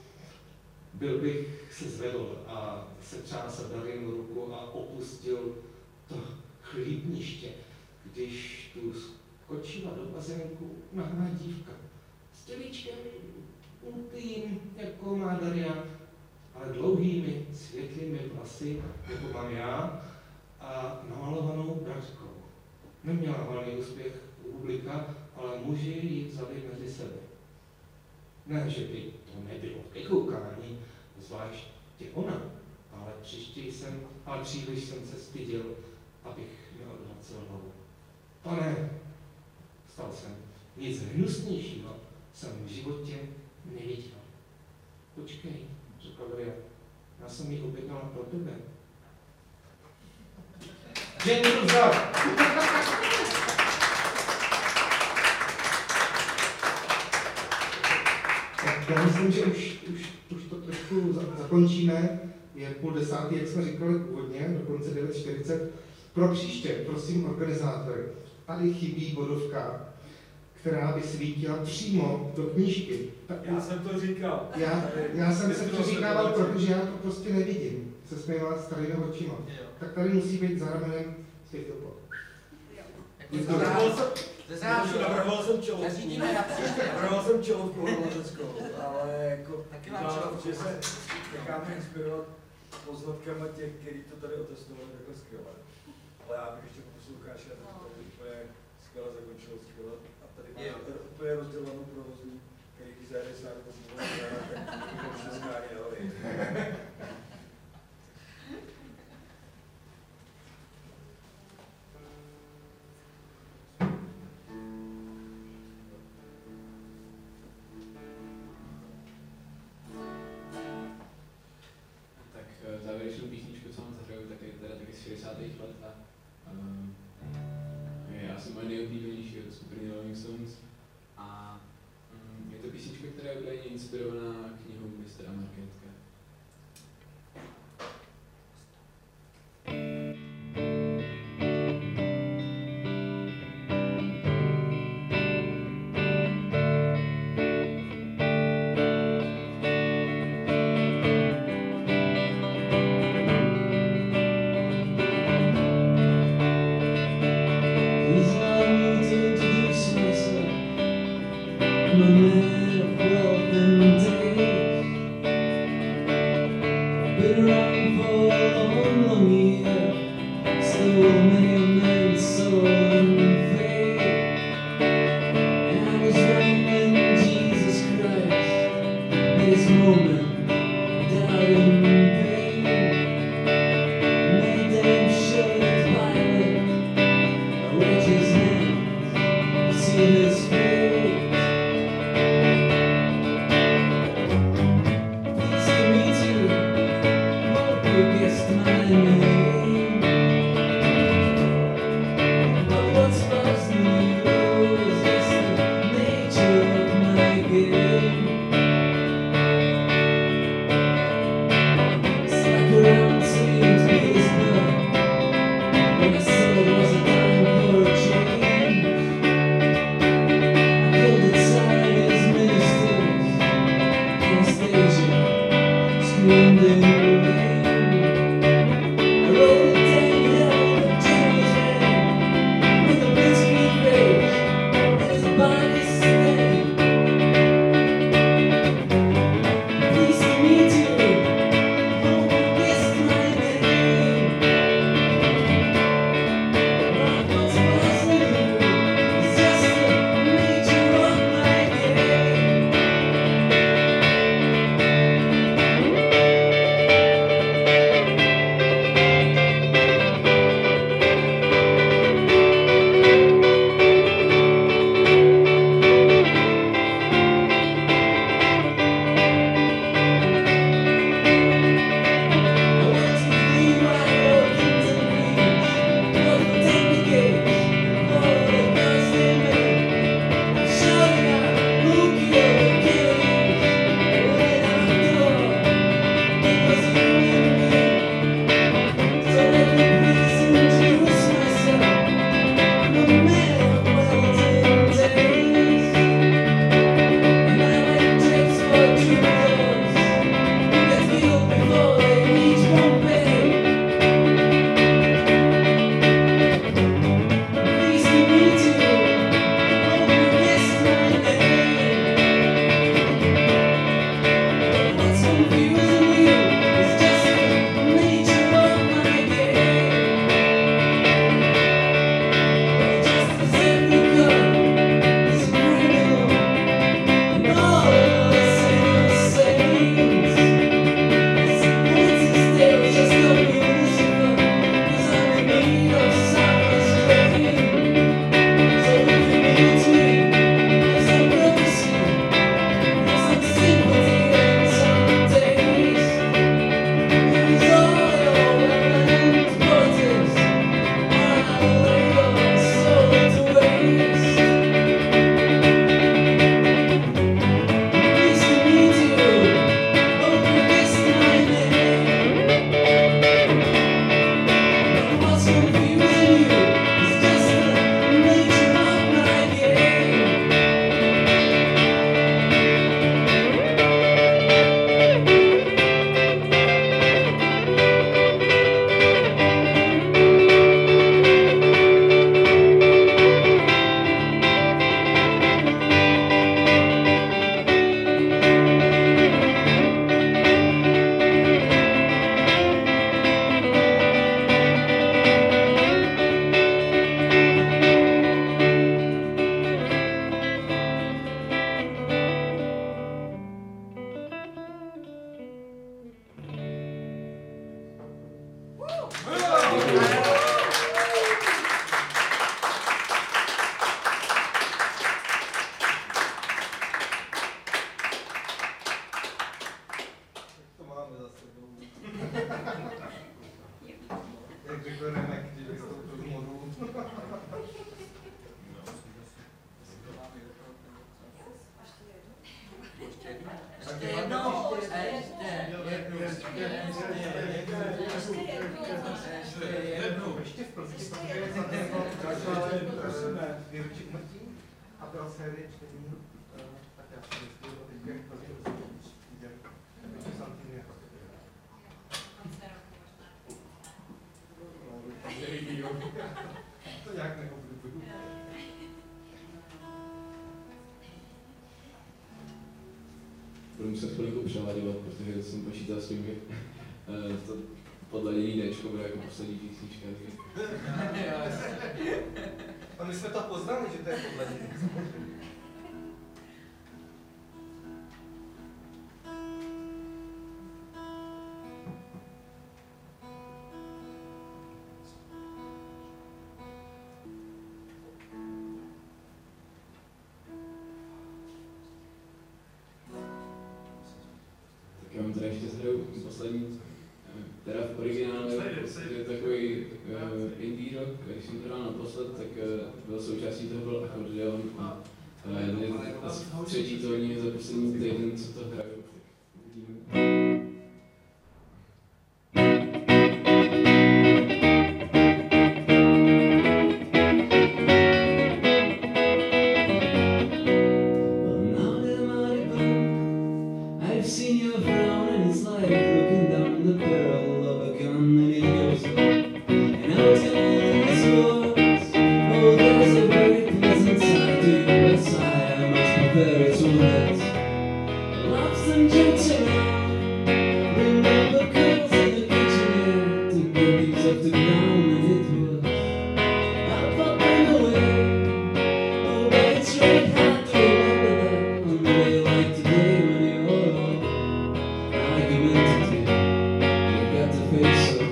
Byl bych se zvedl a setřásal Darinu ruku a opustil to chlípniště, když tu skočila do bazénku nahá dívka s tělíčkem ultým, jako má Daria, ale dlouhými světlými vlasy, jako mám já, a namalovanou bračkou. Neměla valný úspěch u publika, ale muži ji vzali mezi sebe. Ne, že by to nebylo ke koukání, zvláště ona, ale příliš jsem se styděl, abych neodvracel hlavu. Pane, stal jsem, nic hnusnějšího jsem v životě neviděl. Počkej, řekla Daria, já jsem ji objednala pro tebe. Děkuji za. Já myslím, že už to trošku zakončíme. Je 9:30, jak jsme říkali původně, dokonce 9:40. Pro příště, prosím organizátory, tady chybí bodovka, která by svítila přímo do knížky. Já jsem to říkal. Já jsem se to říkával, protože já to prostě nevidím se svýma starými očima. Tak tady musí být za ramenem světlo. Navrhoval jsem čelovku hovořeckou, ale jako že se necháme inspirovat poznatkama těch, kteří to tady otestovali takhle skvěle. Ale já bych ještě poprosil Lukáše, aby to tady úplně skvěle zakončil a tady máte úplně rozdělenou provozu, který zajde sám to zvolí a tak všechno ale. Závěrečnou písničku, co vám zahraju, tak je teda taky z 60. let a je asi moje nejoblíbenější od skupiny Rolling Stones a je to písnička, která je údajně inspirovaná knihou Mistera Marketka. What's lost in you is just the nature of my game. Budu muset chvilku přelaďovat, protože jsem počítal s tím, že to podladění Dčko bude jako poslední písnička. A my jsme to poznali, že to je podladění. Já mám teda ještě zhraju poslední, teda v originále je takový indie rock, když jsem to dal naposled, tak byl součástí toho byl akordeon a asi třetí tóní za poslední týden, co to hraju. I've seen your frown and it's like and jokes around. Remember girls in the kitchen, yeah, to get things off the ground, and it was up and away. Oh, but it's really hard to remember that on the day like today when you're all argumentative. You got to face it.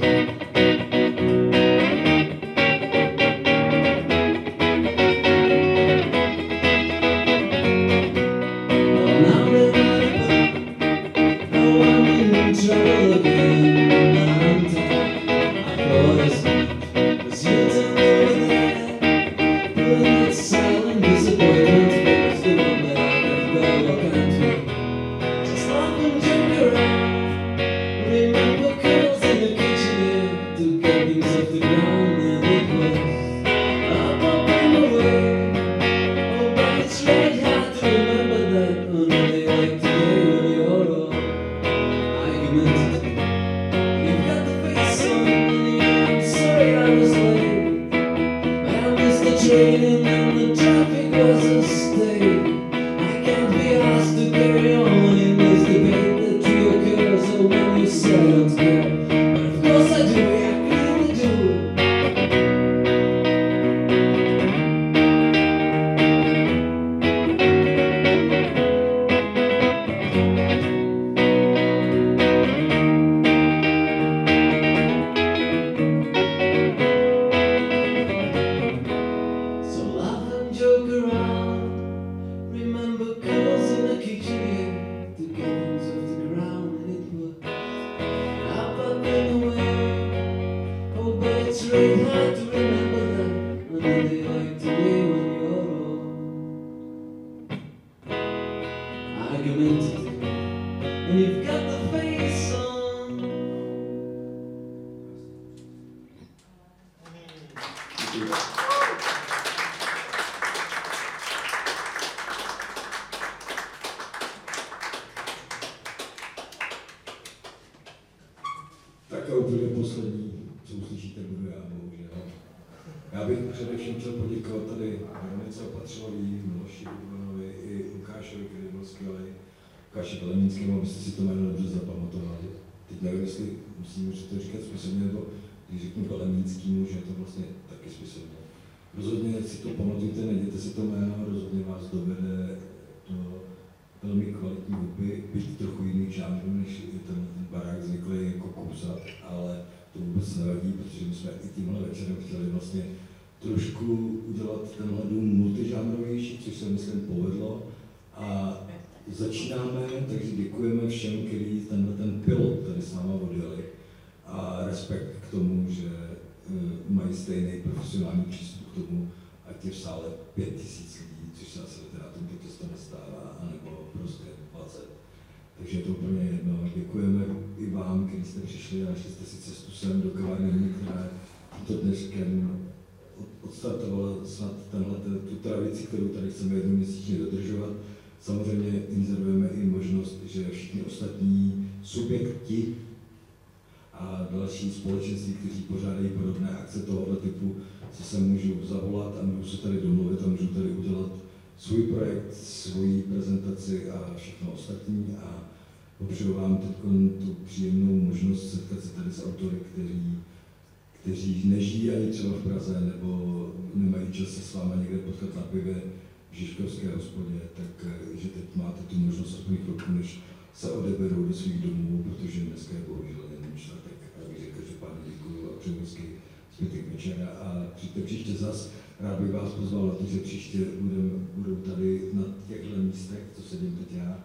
Training and the traffic was a state. I can't be asked to carry on in this debate that reoccurs. So when you say I don't care, but of course I do, yeah, I really do. Joke around, remember girls in the kitchen here to get things off the ground, and it was up and away. Oh, but it's really hard to remember that on a day like today when you're all argumentative and you've got the face on. Tak a úplně poslední, co uslyšíte, budu já, bohužel. Já bych především chtěl poděkovat tady Veronice Opatřilový, Miloši Ivanovi i Lukášovi, který byl skvělý, Lukáši Pelemínskému, abyste si to jméno dobře zapamatovali. Teď nevím, jestli musím to říkat spisovně, nebo když řeknu Pelemínskýmu, že je to vlastně taky spisovně. Rozhodně si to pamatujte, najděte si to jméno, rozhodně vás dovede do velmi kvalitní hudby, byť trochu jiných žánrů, než je ten barák zvyklý jako kousat, ale to vůbec nevadí, protože my jsme i tímhle večerem chtěli vlastně trošku udělat tenhle dům multižánrovější, což se myslím povedlo. A začínáme, takže děkujeme všem, kteří ten pilot tady s náma odjeli, a respekt k tomu, že mají stejný profesionální přístup k tomu, ať je v sále 5000 lidí, což se asi literátům to často nestává, anebo prostě 20. Takže je to úplně jedno. Děkujeme i vám, kteří jste přišli a našli jste si cestu sem do kavárny, která tímto dneškem odstartovala snad tu tradici, kterou tady chceme jednou měsíčně dodržovat. Samozřejmě inzerujeme i možnost, že všichni ostatní subjekti a další společenství, kteří pořádají podobné akce tohoto typu, se můžou zavolat a můžou se tady domluvit a můžou tady udělat svůj projekt, svoji prezentaci a všechno ostatní. A popřeju vám teď tu příjemnou možnost setkat se tady s autory, kteří nežijí ani třeba v Praze nebo nemají čas se s váma někde potkat na pivě v Žižkovské hospodě, takže teď máte tu možnost aspoň chvilku, než se odeberou do svých domů, protože dneska je bohužel jenom čtvrtek. A bych řekl, že pánu děkuju a přeju hezký zbytek večera a přijďte příště zas. Rád bych vás pozval na to, že příště budou tady na těchto místech, co sedím teď já,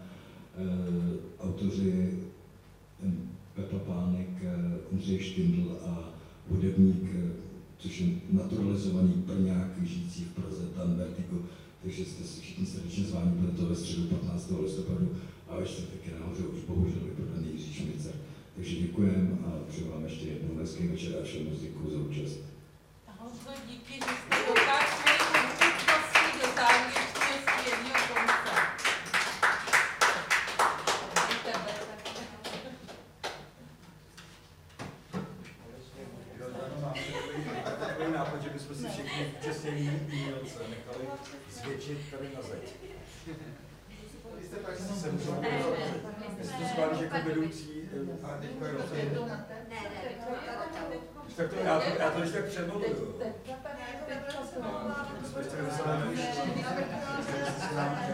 autoři Pepa Pánek, Ondřej Štindl a hudebník, což je naturalizovaný Brňák, žijící v Praze, Dan Vertigo. Takže jste si všichni srdečně zváni, bude to ve středu 15. listopadu a ve čtvrtek je nahoře už bohužel vyprodaný Jiří Šmicer. Takže děkujeme a přeju vám ještě jednou hezký večer a všem moc děkuju za účast. Honzo, díky, že jste dokáželi hudebnosti dotáhli ještě z jedného konce. Takový nápad, že bychom si všichni včasně výmělce nechali zvětšit tady na zeď. Se můžu jestli to schválíš jako vedoucí, a teďka je tak to já to ještě tak přemluvuju.